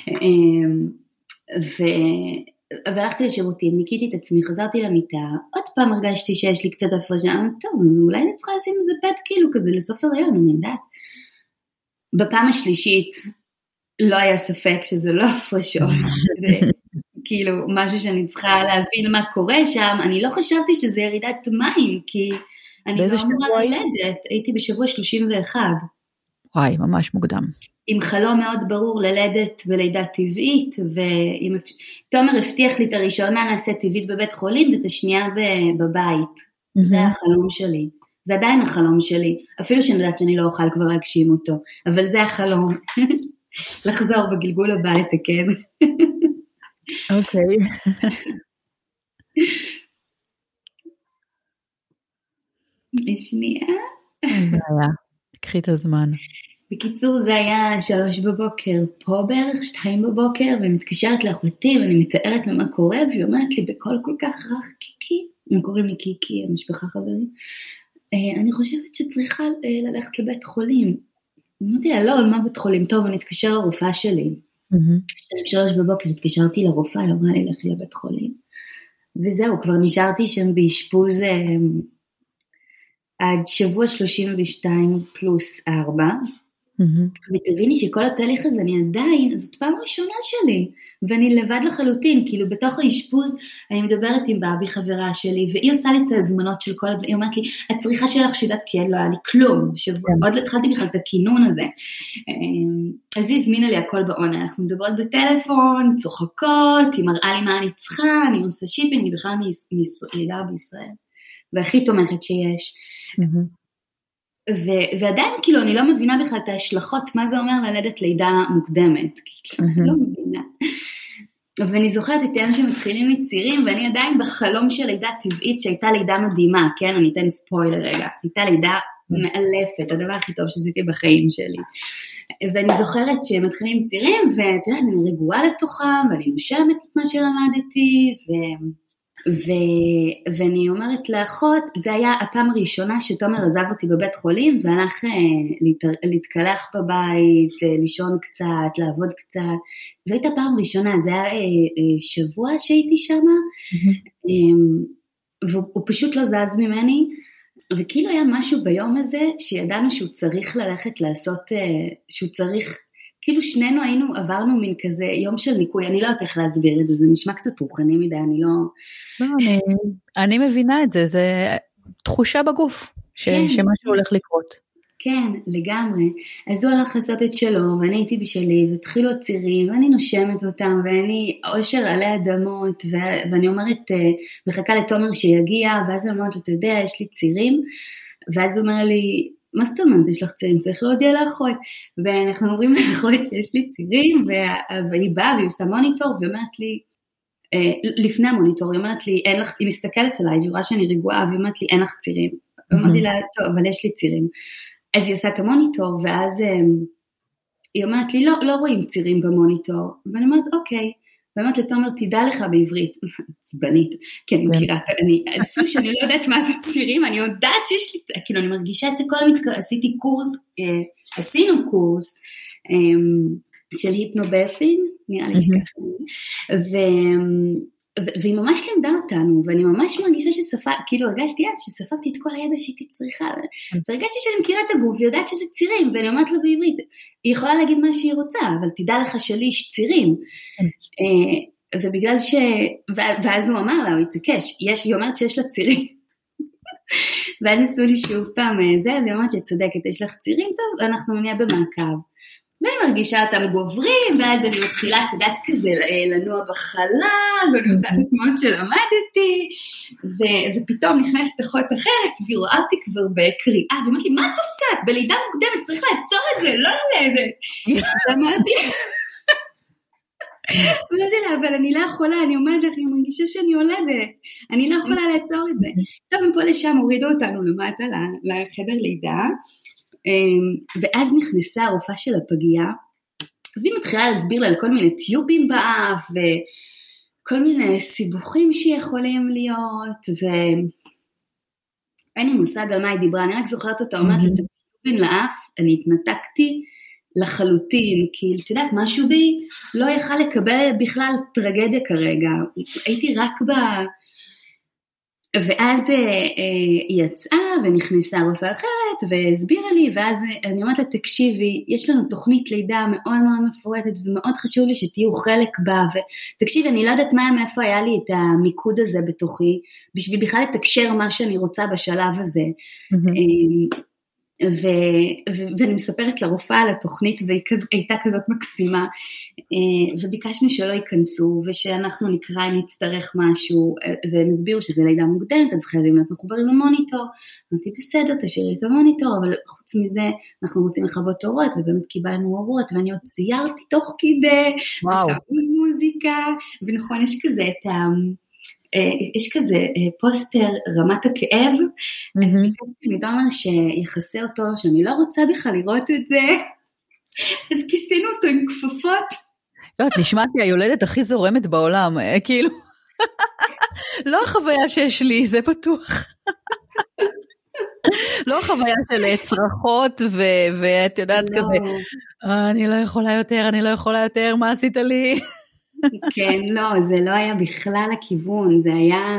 B: אה, ו... והלכתי לשירותים, ניקיתי את עצמי, חזרתי למיטה, עוד פעם הרגשתי שיש לי קצת הפרשה, טוב, אולי אני צריכה לשים איזה פט כאילו כזה לסוף הריון, אני יודעת. בפעם השלישית לא היה ספק שזה לא הפרשות, זה כאילו משהו שאני צריכה להבין מה קורה שם, אני לא חשבתי שזה ירידת מים, כי אני לא אמורה ללדת, הייתי בשבוע שלושים ואחת.
A: וואי, ממש מוקדם.
B: עם חלום מאוד ברור ללדת ולידה טבעית, ותומר הבטיח לי את הראשונה נעשה טבעית בבית חולים, ואת השנייה בבית. זה החלום שלי. זה עדיין החלום שלי, אפילו שאני יודעת שאני לא אוכל כבר להגשים אותו, אבל זה החלום. לחזור בגלגול הבא לתקן.
A: אוקיי.
B: שנייה.
A: בעיה, קחי את הזמן.
B: בקיצור זה היה שלוש בבוקר, פה בערך שתיים בבוקר, ומתקשרת לאחותי, ואני מתארת מה קורה, והיא אומרת לי בקול כל כך רך, קיקי, הם קוראים לי קיקי, המשפחה חברים, אני חושבת שצריכה ללכת לבית חולים. אמרתי לה, לא, מה בית חולים? טוב, אני אתקשר לרופאה שלי. שתיים שלוש בבוקר התקשרתי לרופאה, היא אמרה לי לכי לבית חולים. וזהו, כבר נשארתי שם באשפוז עד שבוע שלושים ושתיים פלוס ארבע, ותביני שכל התהליך הזה אני עדיין, זאת פעם ראשונה שלי, ואני לבד לחלוטין, כאילו בתוך האשפוז אני מדברת עם באבי חברה שלי, והיא עושה לי את ההזמנות של כל הדברים, היא אומרת לי, הצריכה שלך שידת כי אין לא היה לי כלום, עוד לא התחלתי בכלל את הכינון הזה, אז היא הזמינה לי הכל בעונה, אנחנו מדברות בטלפון, צוחקות, היא מראה לי מה אני צריכה, אני עושה שיפינג, אני בכלל לידה בישראל, והכי תומכת שיש, ו- ועדיין כאילו אני לא מבינה בכלל את ההשלכות, מה זה אומר ללדת לידה מוקדמת, כאילו אני לא מבינה, ואני זוכרת את הם שמתחילים מצעירים, ואני עדיין בחלום של לידה טבעית, שהייתה לידה מדהימה, כן, אני אתן ספוילר רגע, הייתה לידה מאלפת, הדבר הכי טוב שעשיתי בחיים שלי, ואני זוכרת שהם מתחילים צעירים, ואתה יודע, אני רגועה לתוכם, ואני משלמת את מה שלמדתי, ו... ו- ואני אומרת לאחות, זה היה הפעם הראשונה שתומר עזב אותי בבית חולים, והלך אה, להת- להתקלח בבית, אה, לישון קצת, לעבוד קצת, זו הייתה פעם ראשונה, זה היה אה, אה, שבוע שהייתי שם, mm-hmm. אה, והוא פשוט לא זז ממני, וכאילו היה משהו ביום הזה, שידענו שהוא צריך ללכת לעשות, אה, שהוא צריך, כאילו שנינו היינו, עברנו מין כזה יום של ניקוי, אני לא יודעת איך להסביר את זה, זה נשמע קצת רוחני מדי, אני לא...
A: לא, אני, אני מבינה את זה, זה תחושה בגוף, ש, כן, שמשהו כן. הולך לקרות.
B: כן, לגמרי. אז הוא הלך לעשות את שלו, ואני הייתי בשלי, והתחילו הצירים, ואני נושמת אותם, ואני אושר עלי אדמות, ו- ואני אומרת, מחכה לתומר שיגיע, ואז אני אומרת לו, אתה יודע, יש לי צירים, ואז הוא אומר לי, מה זאת אומרת, יש לך צירים, צריך להודיע לאחות, ואנחנו אומרים לאחות שיש לי צירים, והיא באה והיא עושה מוניטור, ואומרת לי, לפני המוניטור, היא אומרת לי, אין לך, היא מסתכלת עליי, והיא רואה שאני רגועה, והיא אומרת לי, אין לך צירים, ואמרתי לה, טוב, אבל יש לי צירים, אז היא עושה את המוניטור, ואז היא אומרת לי, לא, לא רואים צירים במוניטור, ואני אומרת, אוקיי, ואומרת לתומר, תדע לך בעברית, עצבנית, כי אני מכירה, אני, אפילו שאני לא יודעת מה זה צירים, אני יודעת שיש לי, כאילו אני מרגישה את הכל, עשיתי קורס, עשינו קורס של היפנובת'ינג, נראה לי שככה, והיא ממש למדה אותנו, ואני ממש מרגישה שספק, כאילו הרגשתי אז שספקתי את כל הידע שהייתי צריכה, והרגשתי שאני מכירה את הגוף, ויודעת שזה צירים, ואני אומרת לה בעברית, היא יכולה להגיד מה שהיא רוצה, אבל תדע לך שלי יש צירים, ובגלל ש... ואז הוא אמר לה, הוא התעקש, היא אומרת שיש לה צירים, ואז עשו לי שוב פעם זה, והיא אומרת לי, צודקת, יש לך צירים טוב, ואנחנו נהיה במעקב. ואני מרגישה אותם גוברים, ואז אני מתחילה, את יודעת כזה, לנוע בחלל, ואני עושה את התמונות שלמדתי, ופתאום נכנסת אחות אחרת, והיא רואה אותי כבר בקריאה, ואומרת לי, מה את עושה? בלידה מוקדמת צריך לעצור את זה, לא ללדת. אז אמרתי, אמרתי לה, אבל אני לא יכולה, אני אומרת לך, אני מרגישה שאני הולדת, אני לא יכולה לעצור את זה. טוב, מפה לשם הורידו אותנו למטה לחדר לידה, ואז נכנסה הרופאה של הפגייה, והיא מתחילה להסביר לה על כל מיני טיובים באף, וכל מיני סיבוכים שיכולים להיות, ואין לי מושג על מה היא דיברה, אני רק זוכרת אותה, אומרת לה, טיובים לאף, אני התנתקתי לחלוטין, כי את יודעת, משהו בי לא יכל לקבל בכלל טרגדיה כרגע, הייתי רק ב... ואז היא יצאה ונכנסה רופאה אחרת והסבירה לי, ואז אני אומרת לה, תקשיבי, יש לנו תוכנית לידה מאוד מאוד מפורטת, ומאוד חשוב לי שתהיו חלק בה, ותקשיבי, אני לא יודעת מה, מאיפה היה לי את המיקוד הזה בתוכי, בשביל בכלל לתקשר מה שאני רוצה בשלב הזה, ו- ו- ואני מספרת לרופאה על התוכנית, והיא כז- הייתה כזאת מקסימה, וביקשנו שלא ייכנסו, ושאנחנו נקרא אם נצטרך משהו, והם הסבירו שזה לידה מוקדמת, אז חייבים להיות מחוברים למוניטור, אמרתי בסדר, תשאירי את המוניטור, אבל חוץ מזה אנחנו רוצים לחוות אורות, ובאמת קיבלנו אורות, ואני עוד ציירתי תוך כדי, ושמנו מוזיקה, ונכון יש כזה את ה... יש כזה פוסטר רמת הכאב, אז ביקשתי מדומר שיחסה אותו, שאני לא רוצה בכלל לראות את זה, אז כיסינו אותו עם כפפות.
A: לא, את נשמעתי היולדת הכי זורמת בעולם, כאילו, לא החוויה שיש לי, זה בטוח. לא החוויה של צרחות, ואת יודעת כזה, אני לא יכולה יותר, אני לא יכולה יותר, מה עשית לי?
B: כן, לא, זה לא היה בכלל הכיוון, זה היה...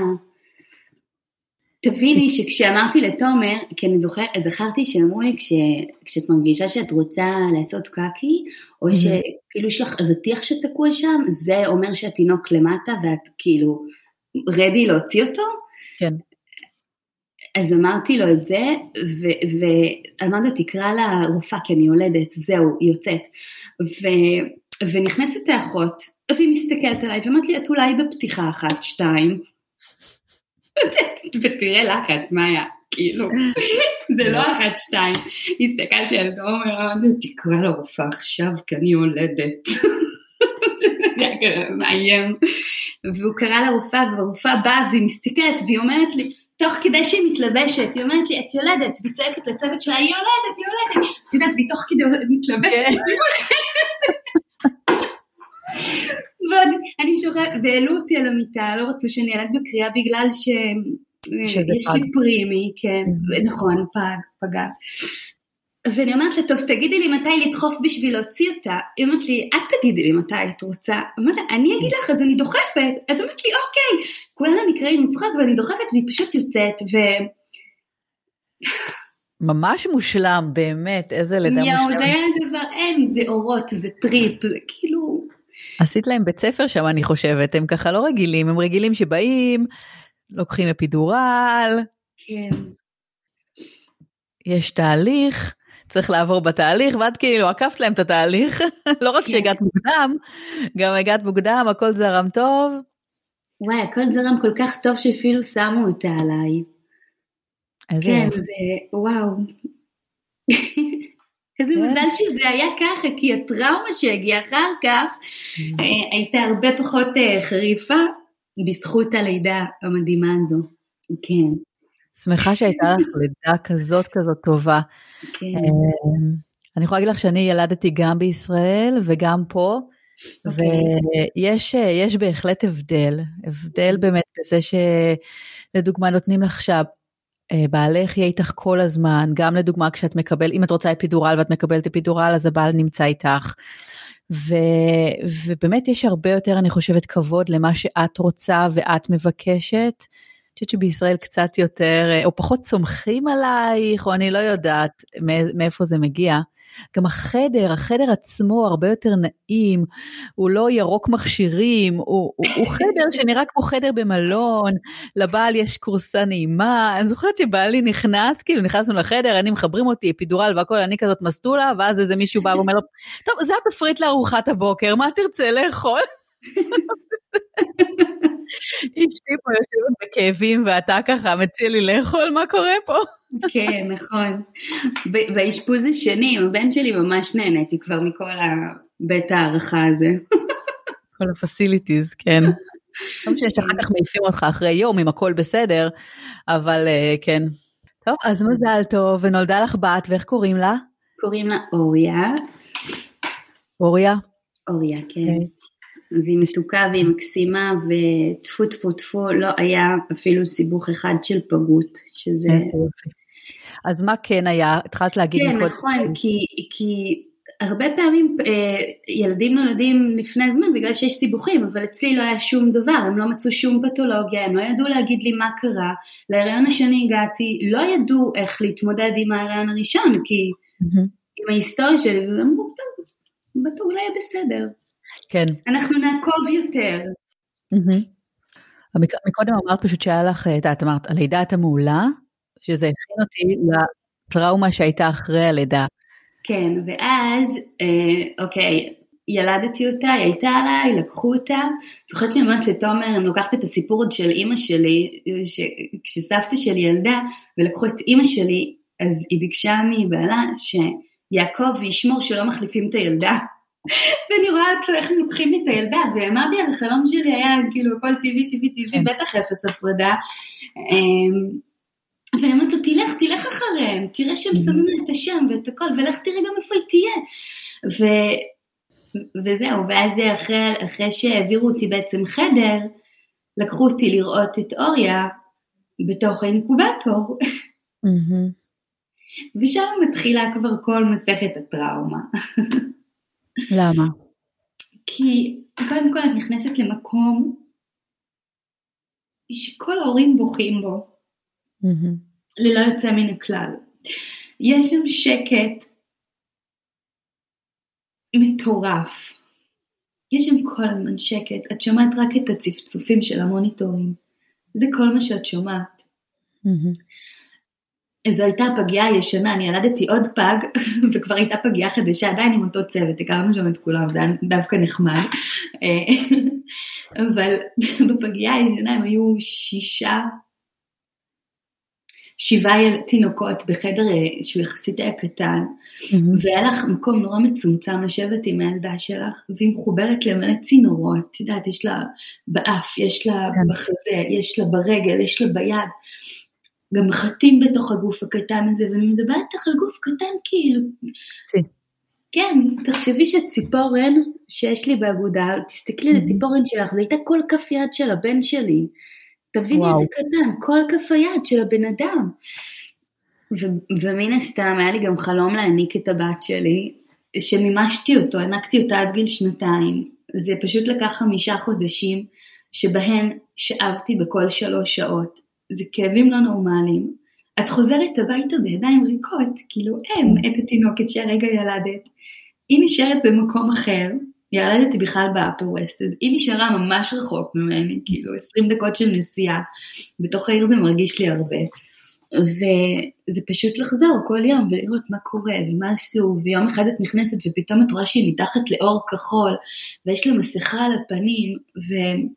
B: תביני שכשאמרתי לתומר, כי אני זוכר, זכרתי שאמרו לי, כש, כשאת מרגישה שאת רוצה לעשות קקי, או שכאילו יש לך אבטיח שתקוע שם, זה אומר שהתינוק למטה, ואת כאילו רדי להוציא אותו?
A: כן.
B: אז אמרתי לו את זה, ואמרתי, תקרא לרופאה, כי אני יולדת, זהו, היא יוצאת. ו, ונכנסת האחות, והיא מסתכלת עליי, ואמרת לי, את אולי בפתיחה אחת, שתיים, ותראה לחץ, מה היה? כאילו, זה לא אחת, שתיים, הסתכלתי על תומר, תקרא לרופאה עכשיו, כי אני יולדת, זה היה כזה מאיים, והוא קרא לרופאה, והרופאה באה, והיא מסתכלת, והיא אומרת לי, תוך כדי שהיא מתלבשת, היא אומרת לי, את יולדת, והיא צועקת לצוות שלה, היא יולדת, היא יולדת, את יודעת, והיא תוך כדי מתלבשת, ואני שוכבת, והעלו אותי על המיטה, לא רצו שאני ילד בקריאה בגלל שיש לי פרימי, כן, נכון, פג, פגע. ואני אומרת לה, טוב, תגידי לי מתי לדחוף בשביל להוציא אותה. היא אומרת לי, את תגידי לי מתי את רוצה. אמרת לה, אני אגיד לך, אז אני דוחפת. אז אמרת לי, אוקיי, כולנו נקראים מצחק, ואני דוחפת, והיא פשוט יוצאת, ו...
A: ממש מושלם, באמת, איזה לידה מושלם.
B: יאו, זה היה דבר, אין, זה אורות, זה טריפ, זה כאילו...
A: עשית להם בית ספר שם, אני חושבת, הם ככה לא רגילים, הם רגילים שבאים, לוקחים אפידורל,
B: כן.
A: יש תהליך, צריך לעבור בתהליך, ואת כאילו עקפת להם את התהליך, לא רק שהגעת מוקדם, גם הגעת מוקדם, הכל זרם טוב.
B: וואי, הכל זרם כל כך טוב שאפילו שמו אותה עליי. כן, זה, וואו. איזה מזל שזה היה ככה, כי הטראומה שהגיעה אחר כך, הייתה הרבה פחות חריפה, בזכות הלידה המדהימה הזו. כן.
A: שמחה שהייתה לך לידה כזאת כזאת טובה. כן. אני יכולה להגיד לך שאני ילדתי גם בישראל וגם פה, ויש יש בהחלט הבדל, הבדל באמת בזה שלדוגמה נותנים לך שם, בעלך יהיה איתך כל הזמן, גם לדוגמה כשאת מקבל, אם את רוצה אפידורל ואת מקבלת אפידורל, אז הבעל נמצא איתך, ו, ובאמת יש הרבה יותר, אני חושבת, כבוד למה שאת רוצה ואת מבקשת, אני חושבת שבישראל קצת יותר, או פחות צומחים עלייך, או אני לא יודעת מאיפה זה מגיע, גם החדר, החדר עצמו הרבה יותר נעים, הוא לא ירוק מכשירים, הוא, הוא, הוא חדר שנראה כמו חדר במלון, לבעל יש קורסה נעימה, אני זוכרת שבעלי נכנס, כאילו נכנסנו לחדר, אני מחברים אותי, אפידורל והכל, אני כזאת מסטולה, ואז איזה מישהו בא ואומר לו, טוב, זה התפריט לארוחת הבוקר, מה תרצה לאכול? אשתי פה יושבת בכאבים, ואתה ככה מציע לי לאכול, מה קורה פה?
B: כן, נכון. באשפוז השני, הבן שלי ממש נהניתי כבר מכל בית הערכה הזה.
A: כל הפסיליטיז, כן. לא משנה שאחר כך מעיפים אותך אחרי יום, אם הכל בסדר, אבל כן. טוב, אז מזל טוב, ונולדה לך בת, ואיך קוראים לה?
B: קוראים לה אוריה.
A: אוריה?
B: אוריה, כן. והיא מתוקה והיא מקסימה, וטפו טפו טפו, לא היה אפילו סיבוך אחד של פגות, שזה...
A: אז מה כן היה? התחלת להגיד...
B: כן, נכון, כי, כי הרבה פעמים ילדים נולדים לפני זמן, בגלל שיש סיבוכים, אבל אצלי לא היה שום דבר, הם לא מצאו שום פתולוגיה, הם לא ידעו להגיד לי מה קרה, להיריון השני הגעתי, לא ידעו איך להתמודד עם ההיריון הראשון, כי עם ההיסטוריה שלי, ואמרו, טוב, בטוח לא יהיה בסדר.
A: כן.
B: אנחנו נעקוב יותר.
A: מקודם אמרת פשוט שהיה לך, את אמרת, הלידה הייתה מעולה, שזה הכין אותי לטראומה שהייתה אחרי הלידה.
B: כן, ואז, אוקיי, ילדתי אותה, היא הייתה עליי, לקחו אותה, זוכרת שאני אומרת לתומר, אני לוקחת את הסיפור עוד של אמא שלי, כשסבתא שלי ילדה, ולקחו את אמא שלי, אז היא ביקשה מבעלה, שיעקב וישמור שלא מחליפים את הילדה, ואני רואה איך הם לוקחים לי את הילדה, ואמרתי על החלום שלי היה כאילו הכל טבעי, טבעי, טבעי, בטח אפס הפרדה, ואני אומרת לו, תלך, תלך אחריהם, תראה שהם שמים לה את השם ואת הכל, ולך תראה גם איפה היא תהיה, וזהו, ואז אחרי שהעבירו אותי בעצם חדר, לקחו אותי לראות את אוריה, בתוך האינקובטור, ושם מתחילה כבר כל מסכת הטראומה.
A: למה?
B: כי קודם כל את נכנסת למקום שכל ההורים בוכים בו, mm-hmm. ללא יוצא מן הכלל. יש שם שקט מטורף. יש שם כל הזמן שקט. את שומעת רק את הצפצופים של המוניטורים. זה כל מה שאת שומעת. Mm-hmm. זו הייתה פגיעה ישנה, אני ילדתי עוד פג, וכבר הייתה פגיעה חדשה, עדיין עם אותו צוות, הכרנו שם את כולם, זה היה דווקא נחמד, אבל בפגיעה הישנה הם היו שישה, שבעה תינוקות בחדר שהוא יחסית היה קטן, והיה לך מקום נורא מצומצם לשבת עם הילדה שלך, והיא מחוברת למלא צינורות, את יודעת, יש לה באף, יש לה בחזה, יש לה ברגל, יש לה ביד, גם מחטים בתוך הגוף הקטן הזה, ואני מדברת לך על גוף קטן כאילו.
A: צי.
B: כן, תחשבי שציפורן שיש לי באגודה, תסתכלי לציפורן שלך, זה הייתה כל כף יד של הבן שלי. תביני איזה קטן, כל כף היד של הבן אדם. ו- ומן הסתם, היה לי גם חלום להעניק את הבת שלי, שמימשתי אותו, הענקתי אותה עד גיל שנתיים. זה פשוט לקח חמישה חודשים, שבהן שאבתי בכל שלוש שעות. זה כאבים לא נורמליים. את חוזרת הביתה בידיים ריקות, כאילו אין את התינוקת שהרגע ילדת. היא נשארת במקום אחר, ילדתי בכלל באפר ווסט, אז היא נשארה ממש רחוק ממני, כאילו עשרים דקות של נסיעה, בתוך העיר זה מרגיש לי הרבה. וזה פשוט לחזור כל יום ולראות מה קורה ומה עשו, ויום אחד את נכנסת ופתאום את רואה שהיא מתחת לאור כחול, ויש לה מסכה על הפנים, ו...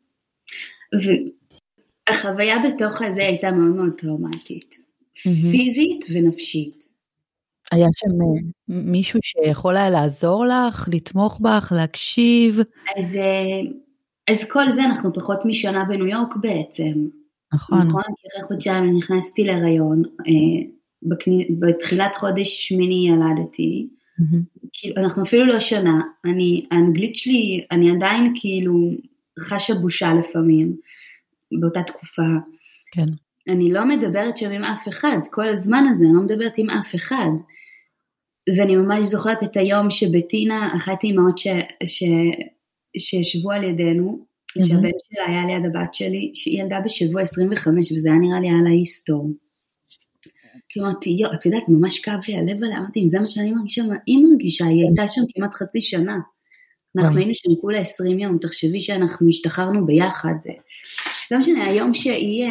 B: והחוויה בתוך הזה הייתה מאוד מאוד טראומטית, פיזית ונפשית.
A: היה שם מישהו שיכול היה לעזור לך, לתמוך בך, להקשיב?
B: אז, אז כל זה אנחנו פחות משנה בניו יורק בעצם.
A: נכון.
B: נכון, כי אחרי חודשיים נכנסתי להיריון, בתחילת חודש שמיני ילדתי, כאילו, אנחנו אפילו לא שנה, אני, האנגלית שלי, אני עדיין כאילו חשה בושה לפעמים, באותה תקופה.
A: כן.
B: אני לא מדברת שם עם אף אחד, כל הזמן הזה, אני לא מדברת עם אף אחד, ואני ממש זוכרת את היום שבטינה, אחת האימהות ש, ש, שישבו על ידינו, mm-hmm. שהבן שלה היה ליד הבת שלי, שהיא ילדה בשבוע עשרים וחמש, וזה היה נראה לי על ההיסטור. כי אמרתי, יו, את יודעת, ממש כאב לי הלב עליה, אמרתי, אם זה מה שאני מרגישה, מה היא מרגישה, היא הייתה שם כמעט חצי שנה, אנחנו היינו שם כולה עשרים יום, תחשבי שאנחנו השתחררנו ביחד, זה לא משנה, היום שהיא,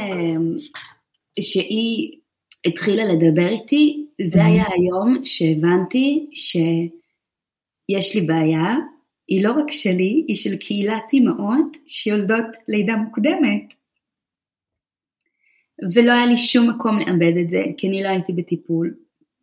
B: שהיא התחילה לדבר איתי, זה היה היום שהבנתי שיש לי בעיה, היא לא רק שלי, היא של קהילת אימהות שיולדות לידה מוקדמת, ולא היה לי שום מקום לאבד את זה, כי אני לא הייתי בטיפול,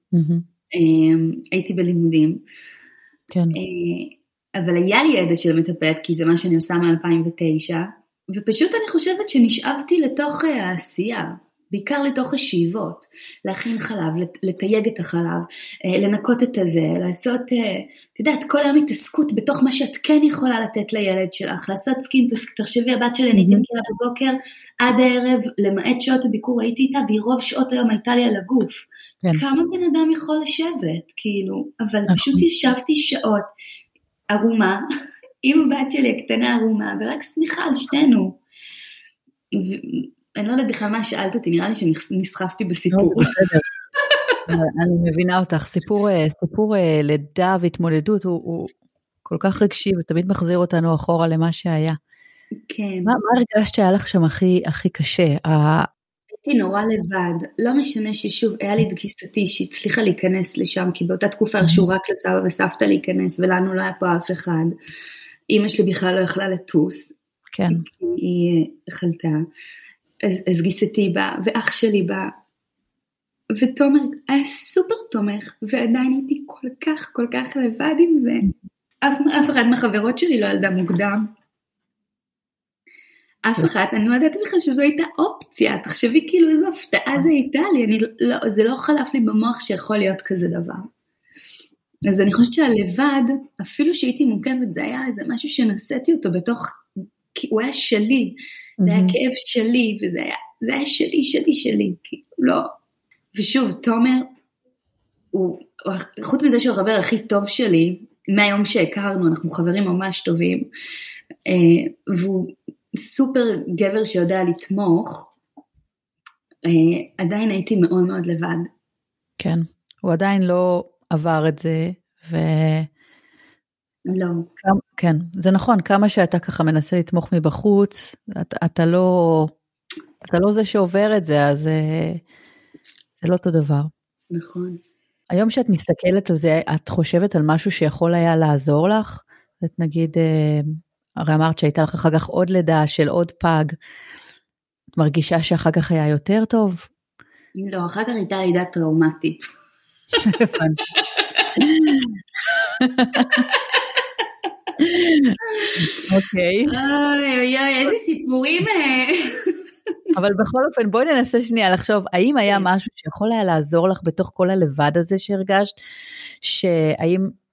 B: הייתי בלימודים,
A: כן.
B: אבל היה לי ידע של מטפלת, כי זה מה שאני עושה מ-אלפיים ותשע, ופשוט אני חושבת שנשאבתי לתוך העשייה, בעיקר לתוך השאיבות, להכין חלב, לתייג את החלב, לנקות את הזה, לעשות, את יודעת, כל היום התעסקות בתוך מה שאת כן יכולה לתת לילד שלך, לעשות סקין, תחשבי, הבת שלי, אני הייתי מכירה בבוקר, עד הערב, למעט שעות הביקור, הייתי איתה, והיא רוב שעות היום הייתה לי על הגוף. כן. כמה בן אדם יכול לשבת, כאילו, אבל פשוט ישבתי שעות, ערומה, עם הבת שלי הקטנה ערומה, ורק סמיכה על שנינו. אני לא יודעת בכלל מה שאלת אותי, נראה לי שנסחפתי בסיפור.
A: אני מבינה אותך, סיפור, סיפור לידה והתמודדות, הוא כל כך רגשי, ותמיד מחזיר אותנו אחורה למה שהיה.
B: כן.
A: מה הרגשת שהיה לך שם הכי, הכי קשה?
B: הייתי נורא לבד, לא משנה ששוב, היה לי דגיסתי שהצליחה להיכנס לשם, כי באותה תקופה הרשו רק לסבא וסבתא להיכנס, ולנו לא היה פה אף אחד. אמא שלי בכלל לא יכלה לטוס.
A: כן.
B: היא חלתה. אז, אז גיסתי בא, ואח שלי בא, ותומר היה סופר תומך, ועדיין הייתי כל כך, כל כך לבד עם זה. אף, אף אחד מהחברות שלי לא ילדה מוקדם. אף אחת, אני לא יודעת בכלל שזו הייתה אופציה, תחשבי כאילו איזו הפתעה זה הייתה לי, אני לא, זה לא חלף לי במוח שיכול להיות כזה דבר. אז אני חושבת שהלבד, אפילו שהייתי מוקמת, זה היה איזה משהו שנסעתי אותו בתוך, כי הוא היה שלי, זה היה כאב שלי, וזה היה, זה היה שלי, שלי, שלי, כאילו לא. ושוב, תומר, הוא, חוץ מזה שהוא החבר הכי טוב שלי, מהיום שהכרנו, אנחנו חברים ממש טובים, והוא סופר גבר שיודע לתמוך, עדיין הייתי מאוד מאוד לבד. כן,
A: הוא עדיין לא עבר את זה, ו...
B: לא.
A: כמה, כן, זה נכון, כמה שאתה ככה מנסה לתמוך מבחוץ, אתה, אתה לא, אתה לא זה שעובר את זה, אז זה לא אותו דבר.
B: נכון.
A: היום שאת מסתכלת על זה, את חושבת על משהו שיכול היה לעזור לך? את נגיד, הרי אמרת שהייתה לך אחר כך עוד לידה של עוד פג, את מרגישה שאחר כך היה יותר טוב?
B: לא, אחר כך הייתה לידה טראומטית.
A: אוקיי.
B: אוי אוי אוי, איזה סיפורים.
A: אבל בכל אופן, בואי ננסה שנייה לחשוב, האם היה משהו שיכול היה לעזור לך בתוך כל הלבד הזה שהרגשת, שהאם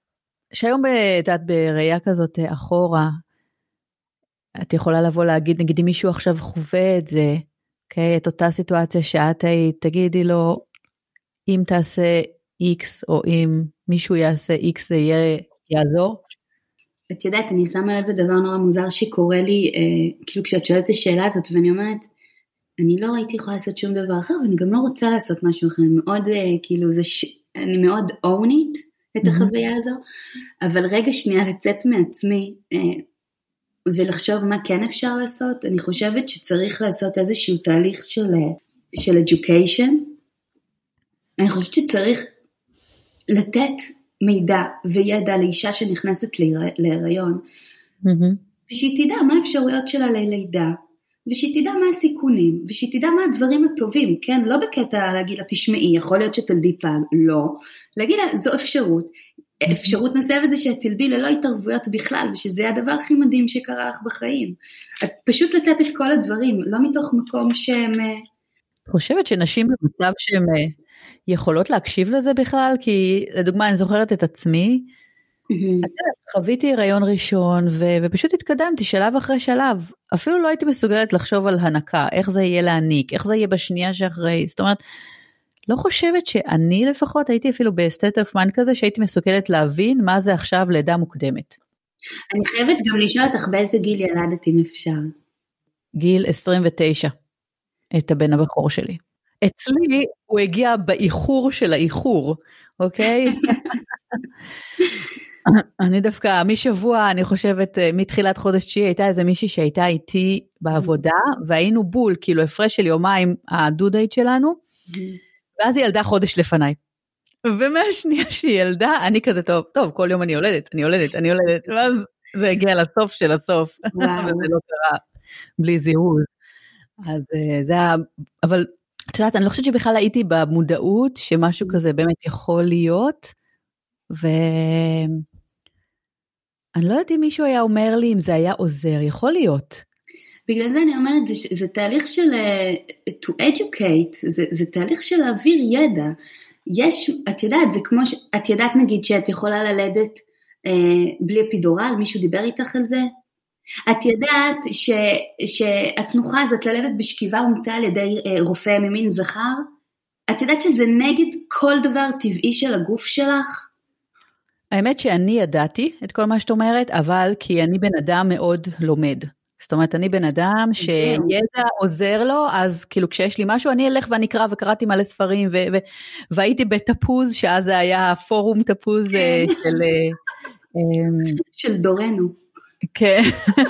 A: שהיום את בראייה כזאת אחורה, את יכולה לבוא להגיד, נגיד אם מישהו עכשיו חווה את זה, אוקיי, את אותה סיטואציה שאת היית, תגידי לו, אם תעשה X, או אם מישהו יעשה X, זה יהיה, יעזור?
B: את יודעת, אני שמה לב לדבר נורא מוזר שקורה לי, אה, כאילו כשאת שואלת את השאלה הזאת, ואני אומרת, אני לא הייתי יכולה לעשות שום דבר אחר, ואני גם לא רוצה לעשות משהו אחר, אני מאוד, אה, כאילו, זה ש... אני מאוד own it, את החוויה הזו, אבל רגע שנייה לצאת מעצמי, אה, ולחשוב מה כן אפשר לעשות, אני חושבת שצריך לעשות איזשהו תהליך של, של education, אני חושבת שצריך לתת מידע וידע לאישה שנכנסת להיריון, mm-hmm. ושהיא תדע מה האפשרויות שלה ללידה, ושהיא תדע מה הסיכונים, ושהיא תדע מה הדברים הטובים, כן? לא בקטע להגיד לה תשמעי, יכול להיות שתלדי פג, לא, להגיד לה זו אפשרות, אפשרות נוספת זה שתלדי ללא התערבויות בכלל, ושזה הדבר הכי מדהים שקרה לך בחיים. את פשוט לתת את כל הדברים, לא מתוך מקום שהם...
A: את חושבת שנשים במצב שהן יכולות להקשיב לזה בכלל? כי לדוגמה אני זוכרת את עצמי, חוויתי הריון ראשון, ופשוט התקדמתי שלב אחרי שלב, אפילו לא הייתי מסוגלת לחשוב על הנקה, איך זה יהיה להניק, איך זה יהיה בשנייה שאחרי, זאת אומרת, לא חושבת שאני לפחות הייתי אפילו בסטייט אוף מיינד כזה, שהייתי מסוגלת להבין מה זה עכשיו לידה מוקדמת.
B: אני חייבת גם לשאול אותך באיזה גיל ילדת אם אפשר.
A: גיל עשרים ותשע, את הבן הבכור שלי. אצלי הוא הגיע באיחור של האיחור, אוקיי? אני דווקא משבוע, אני חושבת, מתחילת חודש תשיעי, הייתה איזה מישהי שהייתה איתי בעבודה, והיינו בול, כאילו הפרש של יומיים הדודאית שלנו, ואז היא ילדה חודש לפניי. ומהשנייה שהיא ילדה, אני כזה טוב, טוב, כל יום אני יולדת, אני יולדת, אני יולדת, ואז זה הגיע לסוף של הסוף, וזה לא קרה בלי זירוז. אז זה היה, אבל את יודעת, אני לא חושבת שבכלל הייתי במודעות, שמשהו כזה באמת יכול להיות, ואני לא יודעת אם מישהו היה אומר לי אם זה היה עוזר, יכול להיות.
B: בגלל זה אני אומרת, זה, זה תהליך של uh, to educate, זה, זה תהליך של להעביר ידע. יש, את יודעת, זה כמו, ש, את יודעת נגיד שאת יכולה ללדת uh, בלי אפידורל, מישהו דיבר איתך על זה? את יודעת ש, שהתנוחה הזאת ללדת בשכיבה הומצאה על ידי uh, רופא ממין זכר? את יודעת שזה נגד כל דבר טבעי של הגוף שלך?
A: האמת שאני ידעתי את כל מה שאת אומרת, אבל כי אני בן אדם מאוד לומד. זאת אומרת, אני בן אדם שידע עוזר לו, אז כאילו כשיש לי משהו, אני אלך ואני אקרא, וקראתי מלא ספרים, ו- ו- והייתי בתפוז, שאז זה היה פורום תפוז של...
B: של דורנו.
A: כן,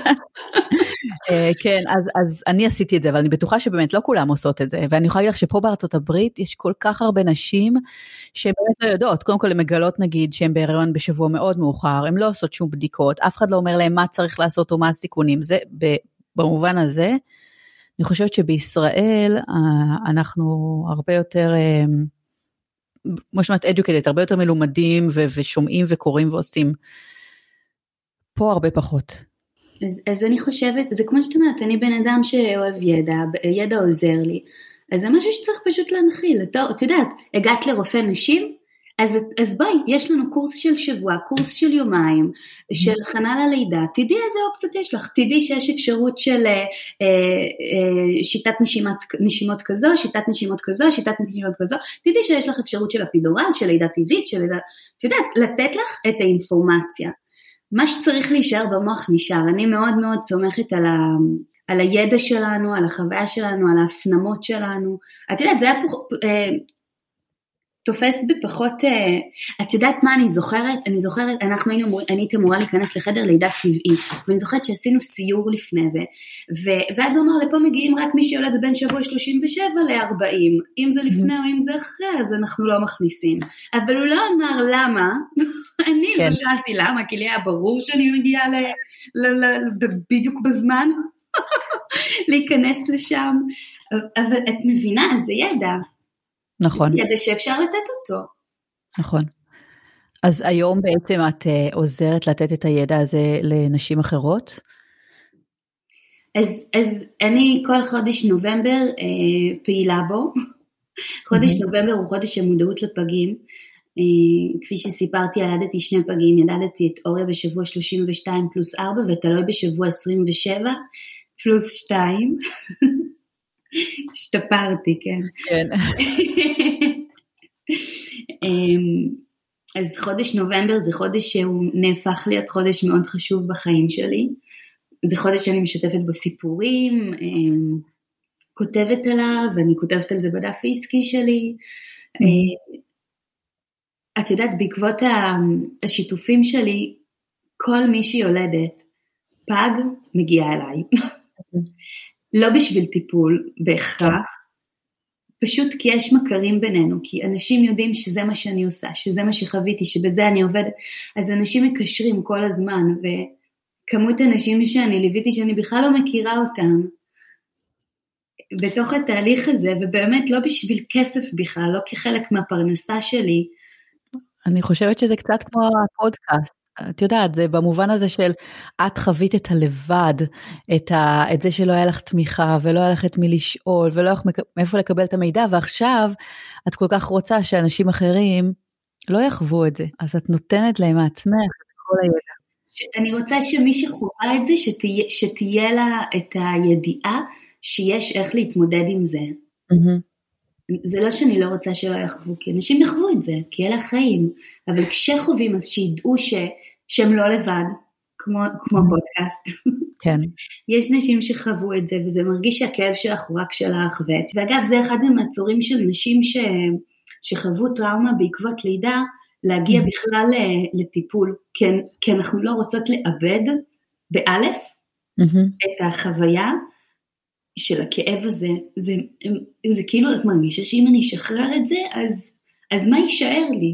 A: כן, אז, אז אני עשיתי את זה, אבל אני בטוחה שבאמת לא כולם עושות את זה, ואני יכולה להגיד לך שפה בארצות הברית, יש כל כך הרבה נשים, שהן באמת לא יודעות, קודם כל הן מגלות נגיד, שהן בהיריון בשבוע מאוד מאוחר, הן לא עושות שום בדיקות, אף אחד לא אומר להם מה צריך לעשות, או מה הסיכונים, זה במובן הזה, אני חושבת שבישראל, אנחנו הרבה יותר, כמו שאומרת, educated, הרבה יותר מלומדים, ו- ושומעים וקוראים ועושים, פה הרבה פחות.
B: אז, אז אני חושבת, זה כמו שאת אומרת, אני בן אדם שאוהב ידע, ידע עוזר לי, אז זה משהו שצריך פשוט להנחיל. את, את יודעת, הגעת לרופא נשים, אז, אז בואי, יש לנו קורס של שבוע, קורס של יומיים, של הכנה ללידה, תדעי איזה אופציות יש לך, תדעי שיש אפשרות של אה, אה, שיטת נשימת, נשימות כזו, שיטת נשימות כזו, שיטת נשימות כזו, תדעי שיש לך אפשרות של אפידורל, של לידה טבעית, של לידה, את יודעת, לתת לך את האינפורמציה. מה שצריך להישאר במוח נשאר, אני מאוד מאוד סומכת על, ה, על הידע שלנו, על החוויה שלנו, על ההפנמות שלנו, את יודעת, זה היה פוח, אה, תופס בפחות, אה, את יודעת מה אני זוכרת? אני זוכרת, אנחנו היינו, אני הייתי אמורה להיכנס לחדר לידה טבעי, ואני זוכרת שעשינו סיור לפני זה, ו, ואז הוא אמר, לפה מגיעים רק מי שיולד בין שבוע שלושים ושבע ל-ארבעים, אם זה לפני או אם זה אחרי, אז אנחנו לא מכניסים, אבל הוא לא אמר למה, אני לא שאלתי למה, כי לי היה ברור שאני מגיעה בדיוק בזמן להיכנס לשם, אבל את מבינה, זה ידע.
A: נכון.
B: זה ידע שאפשר לתת אותו.
A: נכון. אז היום בעצם את עוזרת לתת את הידע הזה לנשים אחרות?
B: אז, אז אני כל חודש נובמבר פעילה בו, חודש נובמבר הוא חודש של מודעות לפגים, כפי שסיפרתי, ילדתי שני פגים, ילדתי את אוריה בשבוע שלושים ושתיים פלוס ארבע, ואת אלוי בשבוע עשרים ושבע פלוס שתיים. השתפרתי, כן.
A: כן.
B: אז חודש נובמבר זה חודש שהוא נהפך להיות חודש מאוד חשוב בחיים שלי. זה חודש שאני משתפת בו סיפורים, כותבת עליו, ואני כותבת על זה בדף העסקי שלי. את יודעת, בעקבות השיתופים שלי, כל מי שיולדת פג מגיעה אליי. לא בשביל טיפול בהכרח, פשוט כי יש מכרים בינינו, כי אנשים יודעים שזה מה שאני עושה, שזה מה שחוויתי, שבזה אני עובדת, אז אנשים מקשרים כל הזמן, וכמות אנשים שאני ליוויתי שאני בכלל לא מכירה אותם, בתוך התהליך הזה, ובאמת לא בשביל כסף בכלל, לא כחלק מהפרנסה שלי.
A: אני חושבת שזה קצת כמו הפודקאסט. את יודעת, זה במובן הזה של את חווית את הלבד, את, ה, את זה שלא היה לך תמיכה, ולא היה לך את מי לשאול, ולא היה לך מאיפה לקבל את המידע, ועכשיו את כל כך רוצה שאנשים אחרים לא יחוו את זה, אז את נותנת להם מעצמך את כל הידע.
B: אני רוצה שמי שחווה את זה, שתהיה, שתהיה לה את הידיעה, שיש איך להתמודד עם זה.
A: Mm-hmm.
B: זה לא שאני לא רוצה שלא יחוו, כי אנשים יחוו את זה, כי אלה החיים, אבל כשחווים אז שידעו ש, שהם לא לבד, כמו, כמו פודקאסט.
A: כן.
B: יש נשים שחוו את זה, וזה מרגיש שהכאב שלך הוא רק שלך, ואגב זה אחד מהצורים של נשים ש, שחוו טראומה בעקבות לידה, להגיע בכלל לטיפול, כי, כי אנחנו לא רוצות לאבד, באלף, את החוויה, של הכאב הזה, זה, זה כאילו את מרגישה שאם אני אשחרר את זה, אז, אז מה יישאר לי?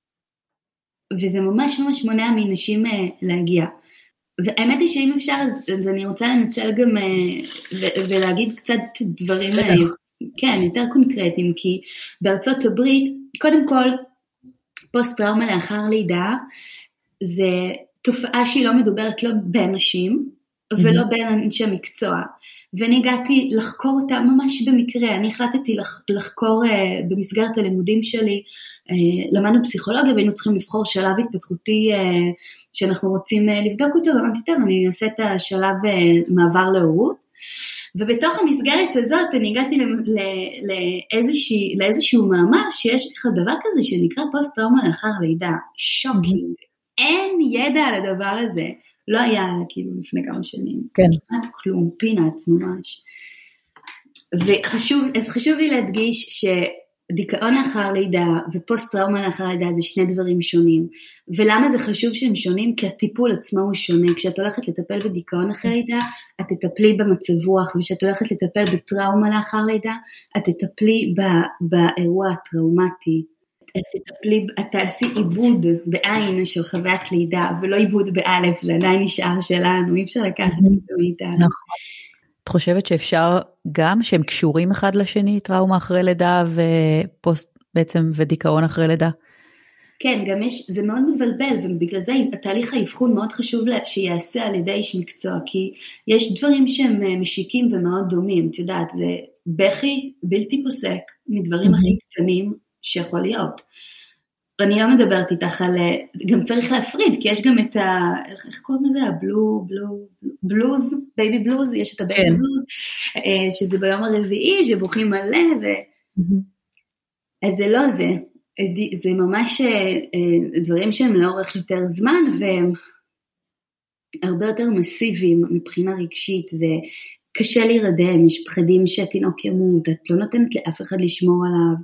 B: וזה ממש ממש מונע מנשים להגיע. והאמת היא שאם אפשר, אז, אז אני רוצה לנצל גם, ו, ולהגיד קצת דברים, כן, יותר קונקרטיים, כי בארצות הברית, קודם כל, פוסט טראומה לאחר לידה, זה תופעה שהיא לא מדוברת לא בין נשים, ולא בין אנשי מקצוע, ואני הגעתי לחקור אותה ממש במקרה, אני החלטתי לח, לחקור uh, במסגרת הלימודים שלי, uh, למדנו פסיכולוגיה, והיינו צריכים לבחור שלב התפתחותי uh, שאנחנו רוצים uh, לבדוק אותו, ואמרתי, טוב, אני אעשה את השלב uh, מעבר להורות, ובתוך המסגרת הזאת אני הגעתי לאיזושהי, לאיזשהו מאמר, שיש בכלל דבר כזה שנקרא פוסט טראומה לאחר לידה, שוקינג, אין ידע על הדבר הזה, לא היה כאילו לפני כמה שנים,
A: כן.
B: כמעט כלום, פינאץ ממש. וחשוב, אז חשוב לי להדגיש שדיכאון לאחר לידה ופוסט טראומה לאחר לידה זה שני דברים שונים. ולמה זה חשוב שהם שונים? כי הטיפול עצמו הוא שונה. כשאת הולכת לטפל בדיכאון לאחר לידה, את תטפלי במצב רוח, וכשאת הולכת לטפל בטראומה לאחר לידה, את תטפלי באירוע הטראומטי. את תטפלי, את תעשי עיבוד בעין של חוויית לידה, ולא עיבוד באלף, זה עדיין נשאר שלנו, אי אפשר לקחת את זה מאיתנו.
A: נכון. את חושבת שאפשר גם שהם קשורים אחד לשני, טראומה אחרי לידה ופוסט בעצם ודיכאון אחרי לידה?
B: כן, גם יש, זה מאוד מבלבל, ובגלל זה התהליך האבחון מאוד חשוב שיעשה על ידי איש מקצוע, כי יש דברים שהם משיקים ומאוד דומים, את יודעת, זה בכי בלתי פוסק, מדברים הכי קטנים, שיכול להיות. ואני לא מדברת איתך על, גם צריך להפריד, כי יש גם את ה, איך קוראים לזה? הבלו, בלו, בלוז, בייבי בלוז, יש את הבייבי בלוז, שזה ביום הרביעי, שבוכים מלא, ו... אז זה לא זה, זה ממש דברים שהם לאורך יותר זמן, והם הרבה יותר מסיביים מבחינה רגשית, זה קשה להירדם, יש פחדים שהתינוק ימות, את לא נותנת לאף אחד לשמור עליו,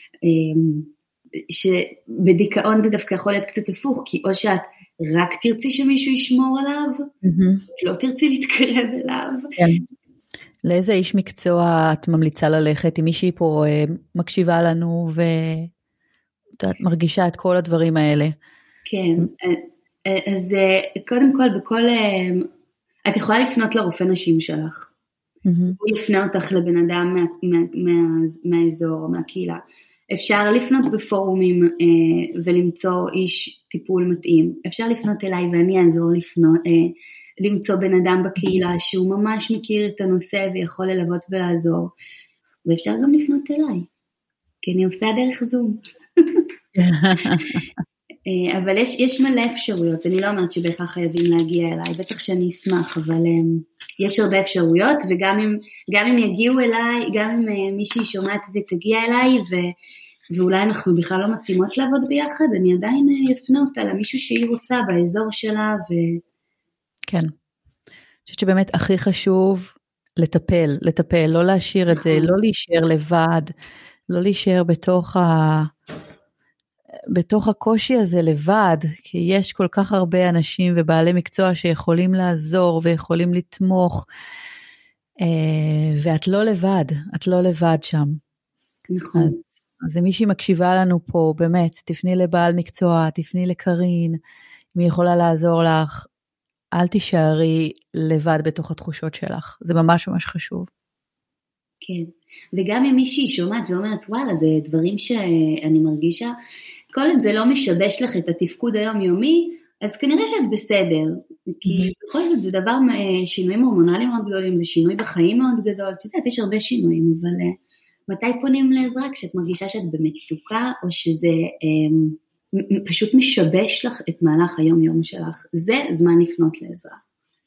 B: שבדיכאון זה דווקא יכול להיות קצת הפוך, כי או שאת רק תרצי שמישהו ישמור עליו, לא תרצי להתקרב אליו.
A: לאיזה איש מקצוע את ממליצה ללכת, אם מישהי פה מקשיבה לנו ואת מרגישה את כל הדברים האלה? כן,
B: אז קודם כל בכל, את יכולה לפנות לרופא נשים שלך, הוא יפנה אותך לבן אדם מהאזור או מהקהילה, אפשר לפנות בפורומים אה, ולמצוא איש טיפול מתאים, אפשר לפנות אליי ואני אעזור לפנות, אה, למצוא בן אדם בקהילה שהוא ממש מכיר את הנושא ויכול ללוות ולעזור, ואפשר גם לפנות אליי, כי אני עושה דרך זום. אבל יש, יש מלא אפשרויות, אני לא אומרת שבכך חייבים להגיע אליי, בטח שאני אשמח, אבל יש הרבה אפשרויות, וגם אם, גם אם יגיעו אליי, גם אם מישהי שומעת ותגיע אליי, ו, ואולי אנחנו בכלל לא מתאימות לעבוד ביחד, אני עדיין אפנה אותה למישהו שהיא רוצה באזור שלה. ו...
A: כן, אני חושבת שבאמת הכי חשוב לטפל, לטפל, לא להשאיר את זה, לא להישאר לבד, לא להישאר בתוך ה... בתוך הקושי הזה לבד, כי יש כל כך הרבה אנשים ובעלי מקצוע שיכולים לעזור ויכולים לתמוך, ואת לא לבד, את לא לבד שם.
B: נכון.
A: אז, אז אם מישהי מקשיבה לנו פה, באמת, תפני לבעל מקצוע, תפני לקרין, אם היא יכולה לעזור לך, אל תישארי לבד בתוך התחושות שלך, זה ממש ממש חשוב.
B: כן, וגם אם מישהי שומעת ואומרת, וואלה, זה דברים שאני מרגישה, כל עוד זה לא משבש לך את התפקוד היומיומי, אז כנראה שאת בסדר, כי בכל זאת זה דבר, שינויים הורמונליים מאוד גדולים, זה שינוי בחיים מאוד גדול, את יודעת, יש הרבה שינויים, אבל מתי פונים לעזרה? כשאת מרגישה שאת במצוקה, או שזה פשוט משבש לך את מהלך היום-יום שלך, זה זמן לפנות לעזרה.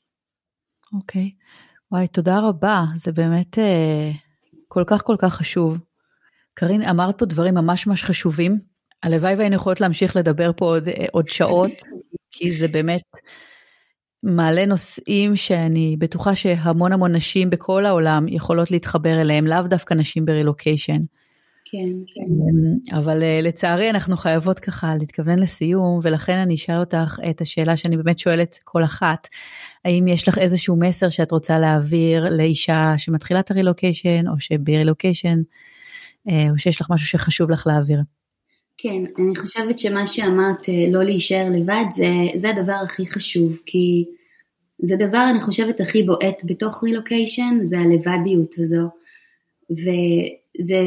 A: אוקיי, וואי, תודה רבה, זה באמת כל כך כל כך חשוב. קרין, אמרת פה דברים ממש ממש חשובים, הלוואי והיינו יכולות להמשיך לדבר פה עוד, עוד שעות, כי זה באמת מעלה נושאים שאני בטוחה שהמון המון נשים בכל העולם יכולות להתחבר אליהם, לאו דווקא נשים ברילוקיישן.
B: כן, כן.
A: אבל לצערי אנחנו חייבות ככה להתכוון לסיום, ולכן אני אשאל אותך את השאלה שאני באמת שואלת כל אחת, האם יש לך איזשהו מסר שאת רוצה להעביר לאישה שמתחילה את הרילוקיישן, או שברילוקיישן, או שיש לך משהו שחשוב לך להעביר?
B: כן, אני חושבת שמה שאמרת, לא להישאר לבד, זה, זה הדבר הכי חשוב, כי זה דבר, אני חושבת, הכי בועט בתוך רילוקיישן, זה הלבדיות הזו, וזה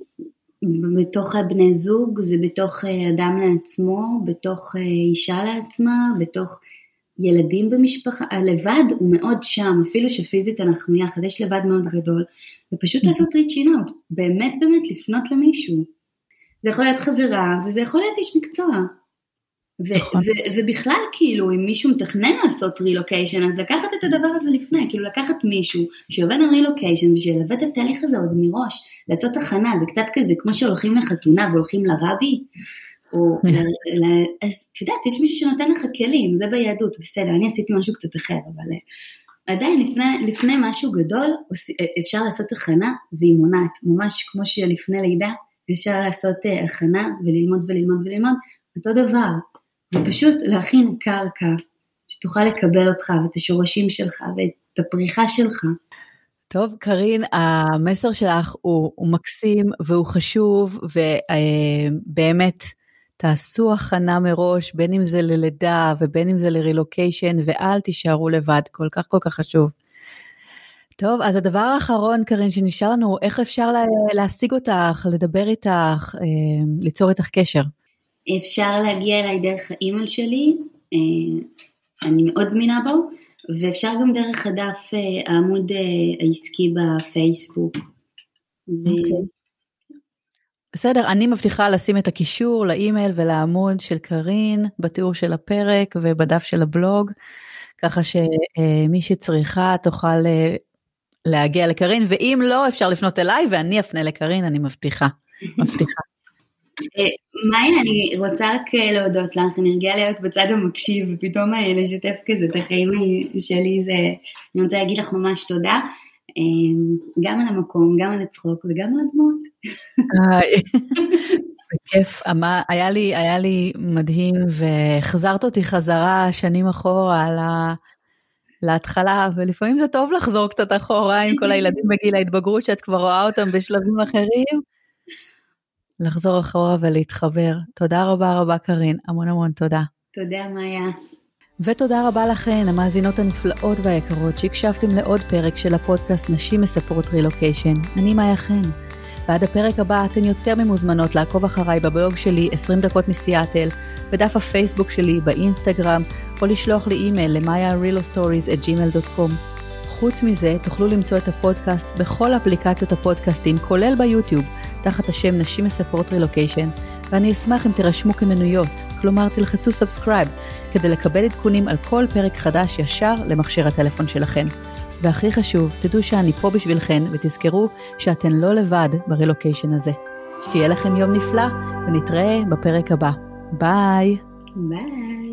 B: בתוך הבני זוג, זה בתוך אדם לעצמו, בתוך אישה לעצמה, בתוך ילדים במשפחה, הלבד הוא מאוד שם, אפילו שפיזית אנחנו יחד, יש לבד מאוד גדול, ופשוט לעשות ריצ'ינאוט, באמת באמת לפנות למישהו, זה יכול להיות חברה, וזה יכול להיות איש מקצוע, ו-
A: נכון.
B: ו- ובכלל כאילו, אם מישהו מתכנן לעשות רילוקיישן, אז לקחת את הדבר הזה לפני, כאילו לקחת מישהו שעובד על רילוקיישן, ושילווה את התהליך הזה עוד מראש, לעשות הכנה, זה קצת כזה, כמו שהולכים לחתונה והולכים לרבי, או, ל- אז את יודעת, יש מישהו שנותן לך כלים, זה ביהדות, בסדר, אני עשיתי משהו קצת אחר, אבל עדיין לפני, לפני משהו גדול, אפשר לעשות הכנה, והיא מונעת, ממש כמו שלפני לידה, אפשר לעשות הכנה וללמוד וללמוד וללמוד, אותו דבר, זה פשוט להכין קרקע, שתוכל לקבל אותך ואת השורשים שלך ואת הפריחה שלך.
A: טוב, קרין, המסר שלך הוא, הוא מקסים והוא חשוב, ובאמת תעשו הכנה מראש, בין אם זה ללידה ובין אם זה לרילוקיישן, ואל תישארו לבד, כל כך כל כך חשוב. טוב, אז הדבר האחרון, קרין, שנשאר לנו, איך אפשר להשיג אותך, לדבר איתך, ליצור איתך קשר?
B: אפשר להגיע אליי דרך האימייל שלי, אני מאוד זמינה בו, ואפשר גם דרך הדף העמוד העסקי בפייסבוק.
A: אוקיי. בסדר, אני מבטיחה לשים את הקישור לאימייל ולעמוד של קרין, בתיאור של הפרק ובדף של הבלוג, ככה שמי שצריכה תוכל להגיע לקרין, ואם לא, אפשר לפנות אליי, ואני אפנה לקרין, אני מבטיחה, מבטיחה.
B: מאי, אני רוצה רק להודות לך, אני רגילה להיות בצד המקשיב, ופתאום לשתף כזה את החיים שלי, אני רוצה להגיד לך ממש תודה, גם על המקום, גם על הצחוק, וגם על הדמות.
A: בכיף, היה לי, היה לי מדהים, והחזרת אותי חזרה שנים אחורה על ה... להתחלה, ולפעמים זה טוב לחזור קצת אחורה עם כל הילדים בגיל ההתבגרות, שאת כבר רואה אותם בשלבים אחרים, לחזור אחורה ולהתחבר. תודה רבה רבה קרין, המון המון תודה.
B: תודה מאיה.
A: ותודה רבה לכן, המאזינות הנפלאות והיקרות, שהקשבתם לעוד פרק של הפודקאסט נשים מספרות רילוקיישן. אני מאיה חן. ועד הפרק הבא אתן יותר ממוזמנות לעקוב אחריי בבלוג שלי עשרים דקות מסיאטל, בדף הפייסבוק שלי, באינסטגרם, או לשלוח לי אימייל למאיה רילו סטוריז את ג'ימייל דוט קום. חוץ מזה, תוכלו למצוא את הפודקאסט בכל אפליקציות הפודקאסטים, כולל ביוטיוב, תחת השם נשים מספרות רילוקיישן, ואני אשמח אם תירשמו כמנויות, כלומר תלחצו סאבסקרייב, כדי לקבל עדכונים על כל פרק חדש ישר למכשיר הטלפון שלכם. והכי חשוב, תדעו שאני פה בשבילכן, ותזכרו שאתן לא לבד ברילוקיישן הזה. שיהיה לכם יום נפלא, ונתראה בפרק הבא. ביי!
B: ביי!